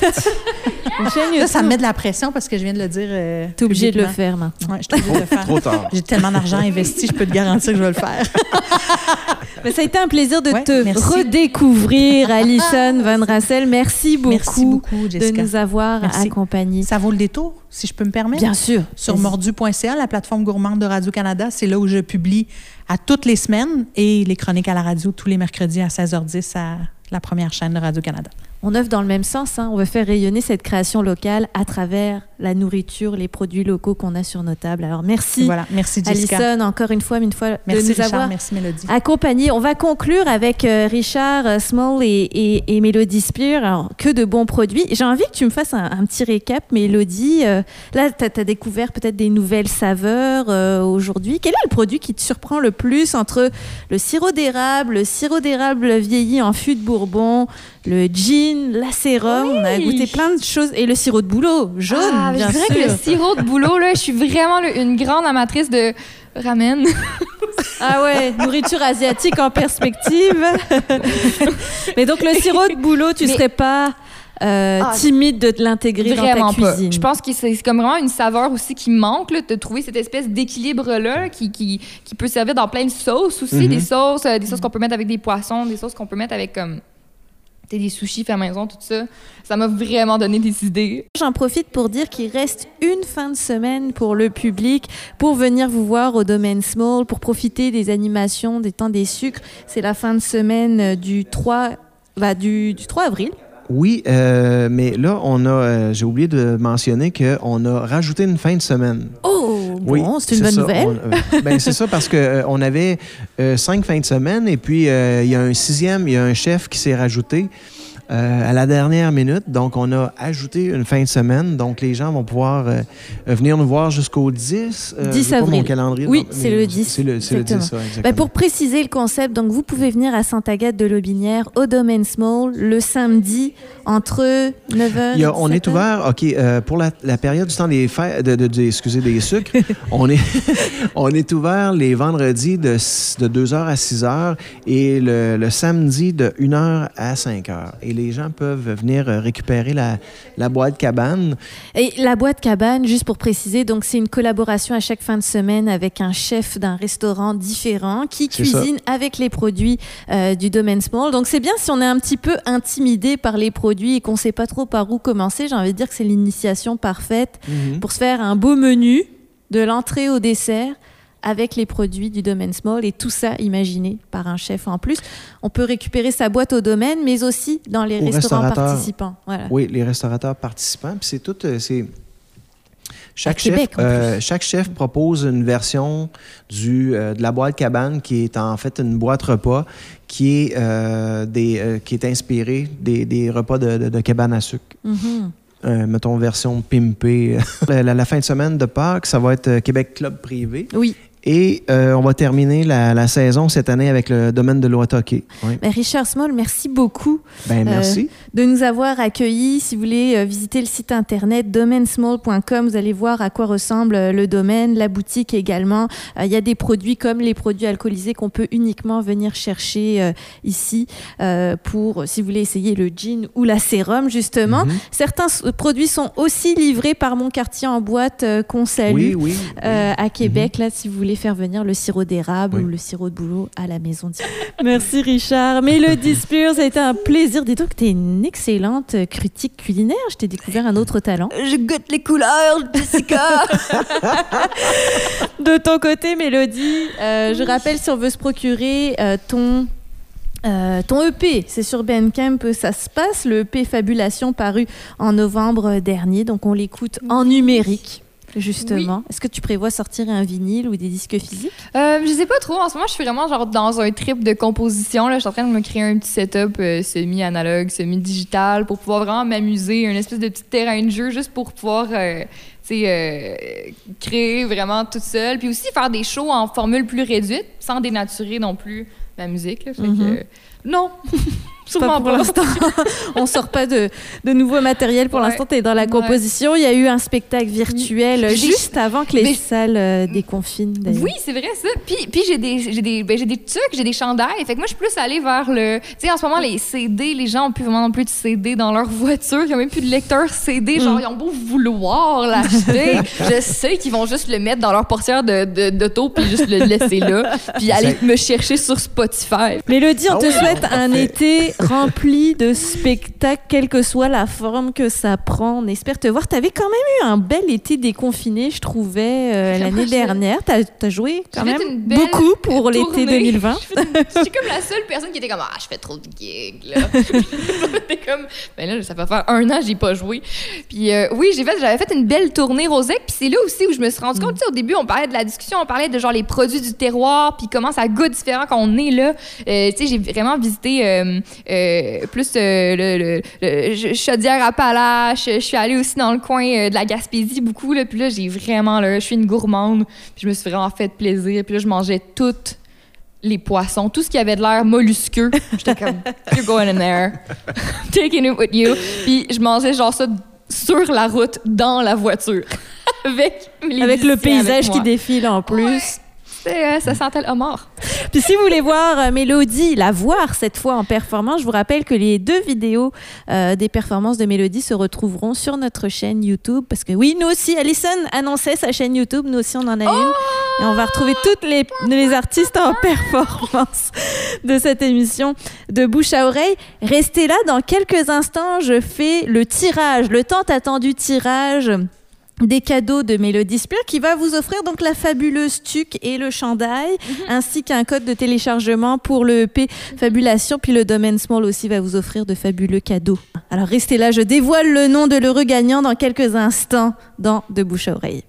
Une chaîne YouTube. Là, ça me met de la pression parce que je viens de le dire. T'es obligé de le faire maintenant. Oui, je suis obligée de le faire. Trop tard. J'ai tellement d'argent investi, je peux te garantir que je vais le faire. Mais ça a été un plaisir de te redécouvrir, Alison Van Rassel. Merci beaucoup Jessica. De nous avoir accompagnés. Ça vaut le détour, si je peux me permettre? Bien sûr. Sur mordu.ca, la plateforme gourmande de Radio-Canada, c'est là où je publie à toutes les semaines et les chroniques à la radio tous les mercredis à 16h10 à la première chaîne de Radio-Canada. On œuvre dans le même sens. Hein. On veut faire rayonner cette création locale à travers la nourriture, les produits locaux qu'on a sur nos tables. Alors, merci. Voilà. Merci, Jessica. Alison, encore une fois, merci, de nous Richard, avoir Mélodie. accompagnés. On va conclure avec Richard Small et Mélodie Spear. Alors, que de bons produits. J'ai envie que tu me fasses un petit récap, Mélodie. Là, tu as découvert peut-être des nouvelles saveurs aujourd'hui. Quel est le produit qui te surprend le plus entre le sirop d'érable vieilli en fût de Bourbon, le gin, gin, la sérum, on a goûté plein de choses. Et le sirop de bouleau, jaune, bien sûr. C'est vrai que le sirop de bouleau, là, je suis vraiment une grande amatrice de ramen. Ah ouais, nourriture asiatique en perspective. Mais donc, le sirop de bouleau, tu serais pas timide de l'intégrer dans ta cuisine? Je pense que c'est comme vraiment une saveur aussi qui manque, là, de trouver cette espèce d'équilibre-là qui peut servir dans plein de sauces aussi. Des sauces qu'on peut mettre avec des poissons, des sauces qu'on peut mettre avec comme des sushis faits à maison, tout ça. Ça m'a vraiment donné des idées. J'en profite pour dire qu'il reste une fin de semaine pour le public pour venir vous voir au Domaine Small, pour profiter des animations, des temps des sucres. C'est la fin de semaine du 3 avril. Oui, mais là, j'ai oublié de mentionner qu'on a rajouté une fin de semaine. Oh, bon, oui, c'est une bonne nouvelle. C'est ça, parce qu'on avait 5 fins de semaine et puis il y a un chef qui s'est rajouté à la dernière minute. Donc, on a ajouté une fin de semaine. Donc, les gens vont pouvoir venir nous voir jusqu'au 10. 10 avril. Pas mon calendrier. Oui, c'est le 10. C'est le 10, ça, exactement. Pour préciser le concept, donc vous pouvez venir à Sainte-Agathe-de-Lotbinière au Domaine Small le samedi entre 9h et 17h. On est ouvert, pour la période du temps des fêtes, des sucres, on est ouvert les vendredis de 2h à 6h et le samedi de 1h à 5h. Et les gens peuvent venir récupérer la boîte cabane. Et la boîte cabane, juste pour préciser, donc c'est une collaboration à chaque fin de semaine avec un chef d'un restaurant différent qui cuisine avec les produits du Domaine Small. Donc c'est bien si on est un petit peu intimidé par les produits et qu'on ne sait pas trop par où commencer. J'ai envie de dire que c'est l'initiation parfaite pour se faire un beau menu de l'entrée au dessert avec les produits du Domaine Small et tout ça imaginé par un chef en plus. On peut récupérer sa boîte au domaine, mais aussi dans les restaurants participants. Voilà. Oui, les restaurateurs participants. Puis c'est tout... Chaque chef propose une version de la boîte cabane qui est en fait une boîte repas qui est inspirée des repas de cabane à sucre. Mettons version pimpée. La fin de semaine de Pâques, ça va être Québec Club Privé. Oui. Et on va terminer la saison cette année avec le domaine de l'Ouatoké. Oui. Richard Small, merci beaucoup merci. De nous avoir accueillis. Si vous voulez visiter le site internet domainesmall.com, vous allez voir à quoi ressemble le domaine, la boutique également. Il y a des produits comme les produits alcoolisés qu'on peut uniquement venir chercher ici pour, si vous voulez essayer le gin ou la sérum, justement. Certains produits sont aussi livrés par Mon Quartier en boîte qu'on salue à Québec, là, si vous voulez faire venir le sirop d'érable ou le sirop de bouleau à la maison. Merci Richard. Mélodie Spears, ça a été un plaisir. Dis donc que tu es une excellente critique culinaire. Je t'ai découvert un autre talent. Je goûte les couleurs, Jessica. De ton côté, Mélodie, je rappelle si on veut se procurer ton EP, c'est sur Bandcamp, ça se passe. Le EP Fabulation paru en novembre dernier. Donc on l'écoute en numérique. Justement. Oui. Est-ce que tu prévois sortir un vinyle ou des disques physiques? Je sais pas trop. En ce moment, je suis vraiment genre dans un trip de composition. Là. Je suis en train de me créer un petit setup semi-analogue, semi-digital pour pouvoir vraiment m'amuser, un espèce de petit terrain de jeu juste pour pouvoir créer vraiment toute seule. Puis aussi faire des shows en formule plus réduite sans dénaturer non plus ma musique. Là. Fait que, non! Pas pour l'instant. On sort pas de nouveaux matériels. Pour l'instant, tu es dans la composition. Il y a eu un spectacle virtuel juste avant que les salles déconfinent. D'ailleurs. Oui, c'est vrai ça. Puis j'ai des trucs, j'ai des chandails. Fait que moi, je suis plus allée vers le... Tu sais, en ce moment, les CD, les gens ont plus vraiment non plus de CD dans leur voiture. Ils n'ont même plus de lecteur CD. Genre, ils ont beau vouloir l'acheter. Je sais qu'ils vont juste le mettre dans leur portière d'auto puis juste le laisser là. Puis aller me chercher sur Spotify. Mélodie, on te souhaite un été rempli de spectacles, quelle que soit la forme que ça prend. On espère te voir. Tu avais quand même eu un bel été déconfiné, je trouvais, l'année dernière. Tu as joué quand même beaucoup pour l'été 2020. J'étais comme la seule personne qui était comme « Ah, je fais trop de gigs, là. » J'étais comme « Ben là, ça fait faire 1 an, j'ai pas joué. » Puis oui, j'avais fait une belle tournée Rosec. Puis c'est là aussi où je me suis rendu compte, tu sais, au début, on parlait de la discussion, on parlait de genre les produits du terroir, puis comment ça goûte différent quand on est là. Tu sais, j'ai vraiment visité... plus le Chaudière-Appalaches. Je suis allée aussi dans le coin de la Gaspésie beaucoup. Là, puis là, j'ai vraiment... je suis une gourmande. Puis je me suis vraiment fait plaisir. Puis là, je mangeais tout les poissons, tout ce qui avait de l'air mollusqueux. J'étais comme, you're going in there, taking it with you. Puis je mangeais genre ça sur la route, dans la voiture, avec le paysage qui défile en plus. Ouais. Ça sentait le homard. Puis si vous voulez voir Mélodie, la voir cette fois en performance, je vous rappelle que les 2 vidéos des performances de Mélodie se retrouveront sur notre chaîne YouTube. Parce que oui, nous aussi, Alison annonçait sa chaîne YouTube. Nous aussi, on en a une. Et on va retrouver toutes les artistes en performance de cette émission de Bouche à Oreille. Restez là, dans quelques instants, je fais le tirage, le tant attendu tirage des cadeaux de Mélodie Spear qui va vous offrir donc la fabuleuse tuque et le chandail ainsi qu'un code de téléchargement pour le EP Fabulation, puis le Domaine Small aussi va vous offrir de fabuleux cadeaux. Alors restez là, je dévoile le nom de l'heureux gagnant dans quelques instants dans De Bouche à Oreille.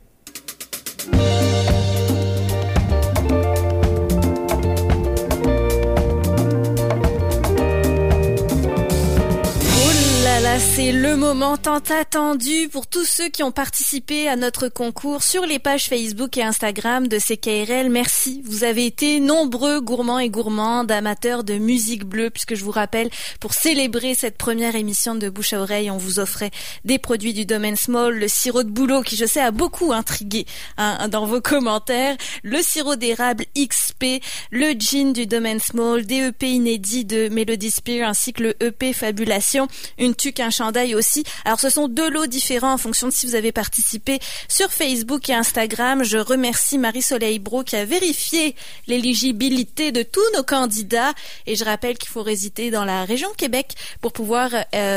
C'est le moment tant attendu pour tous ceux qui ont participé à notre concours sur les pages Facebook et Instagram de CKRL. Merci, vous avez été nombreux gourmands et gourmandes, amateurs de musique bleue, puisque je vous rappelle, pour célébrer cette première émission de Bouche à Oreille, on vous offrait des produits du Domaine Small, le sirop de bouleau qui je sais a beaucoup intrigué dans vos commentaires, le sirop d'érable XP, le gin du Domaine Small, des EP inédits de Mélodie Spear ainsi que le EP Fabulation, une tuque, un chandail aussi. Alors ce sont 2 lots différents en fonction de si vous avez participé sur Facebook et Instagram. Je remercie Marie-Soleil Brault qui a vérifié l'éligibilité de tous nos candidats et je rappelle qu'il faut résider dans la région Québec pour pouvoir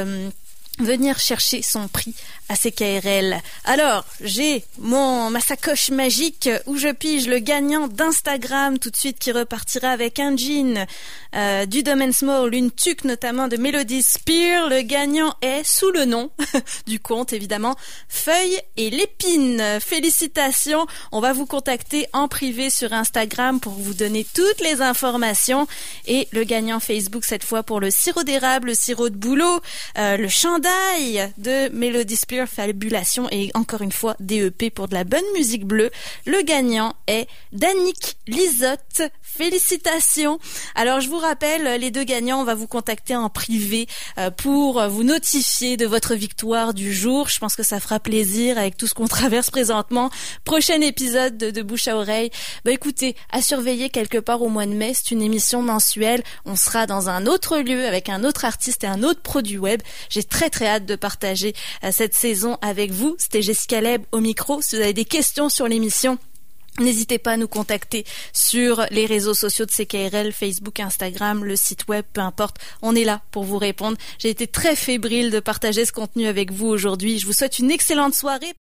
venir chercher son prix à CKRL. Alors, j'ai ma sacoche magique où je pige le gagnant d'Instagram tout de suite qui repartira avec un jean du Domaine Small, une tuque notamment de Mélodie Spear. Le gagnant est sous le nom du compte évidemment, Feuille et l'épine. Félicitations, on va vous contacter en privé sur Instagram pour vous donner toutes les informations et le gagnant Facebook cette fois pour le sirop d'érable, le sirop de bouleau, le chandail de Mélodie Spear, Fabulation et encore une fois DEP pour de la bonne musique bleue. Le gagnant est Danick Lisotte. Félicitations. Alors je vous rappelle, les 2 gagnants, on va vous contacter en privé pour vous notifier de votre victoire du jour. Je pense que ça fera plaisir avec tout ce qu'on traverse présentement. Prochain épisode de Bouche à Oreille. Écoutez, à surveiller quelque part au mois de mai. C'est une émission mensuelle. On sera dans un autre lieu avec un autre artiste et un autre produit web. J'ai très très hâte de partager cette saison avec vous. C'était Jessica Leb au micro. Si vous avez des questions sur l'émission, n'hésitez pas à nous contacter sur les réseaux sociaux de CKRL, Facebook, Instagram, le site web, peu importe. On est là pour vous répondre. J'ai été très fébrile de partager ce contenu avec vous aujourd'hui. Je vous souhaite une excellente soirée.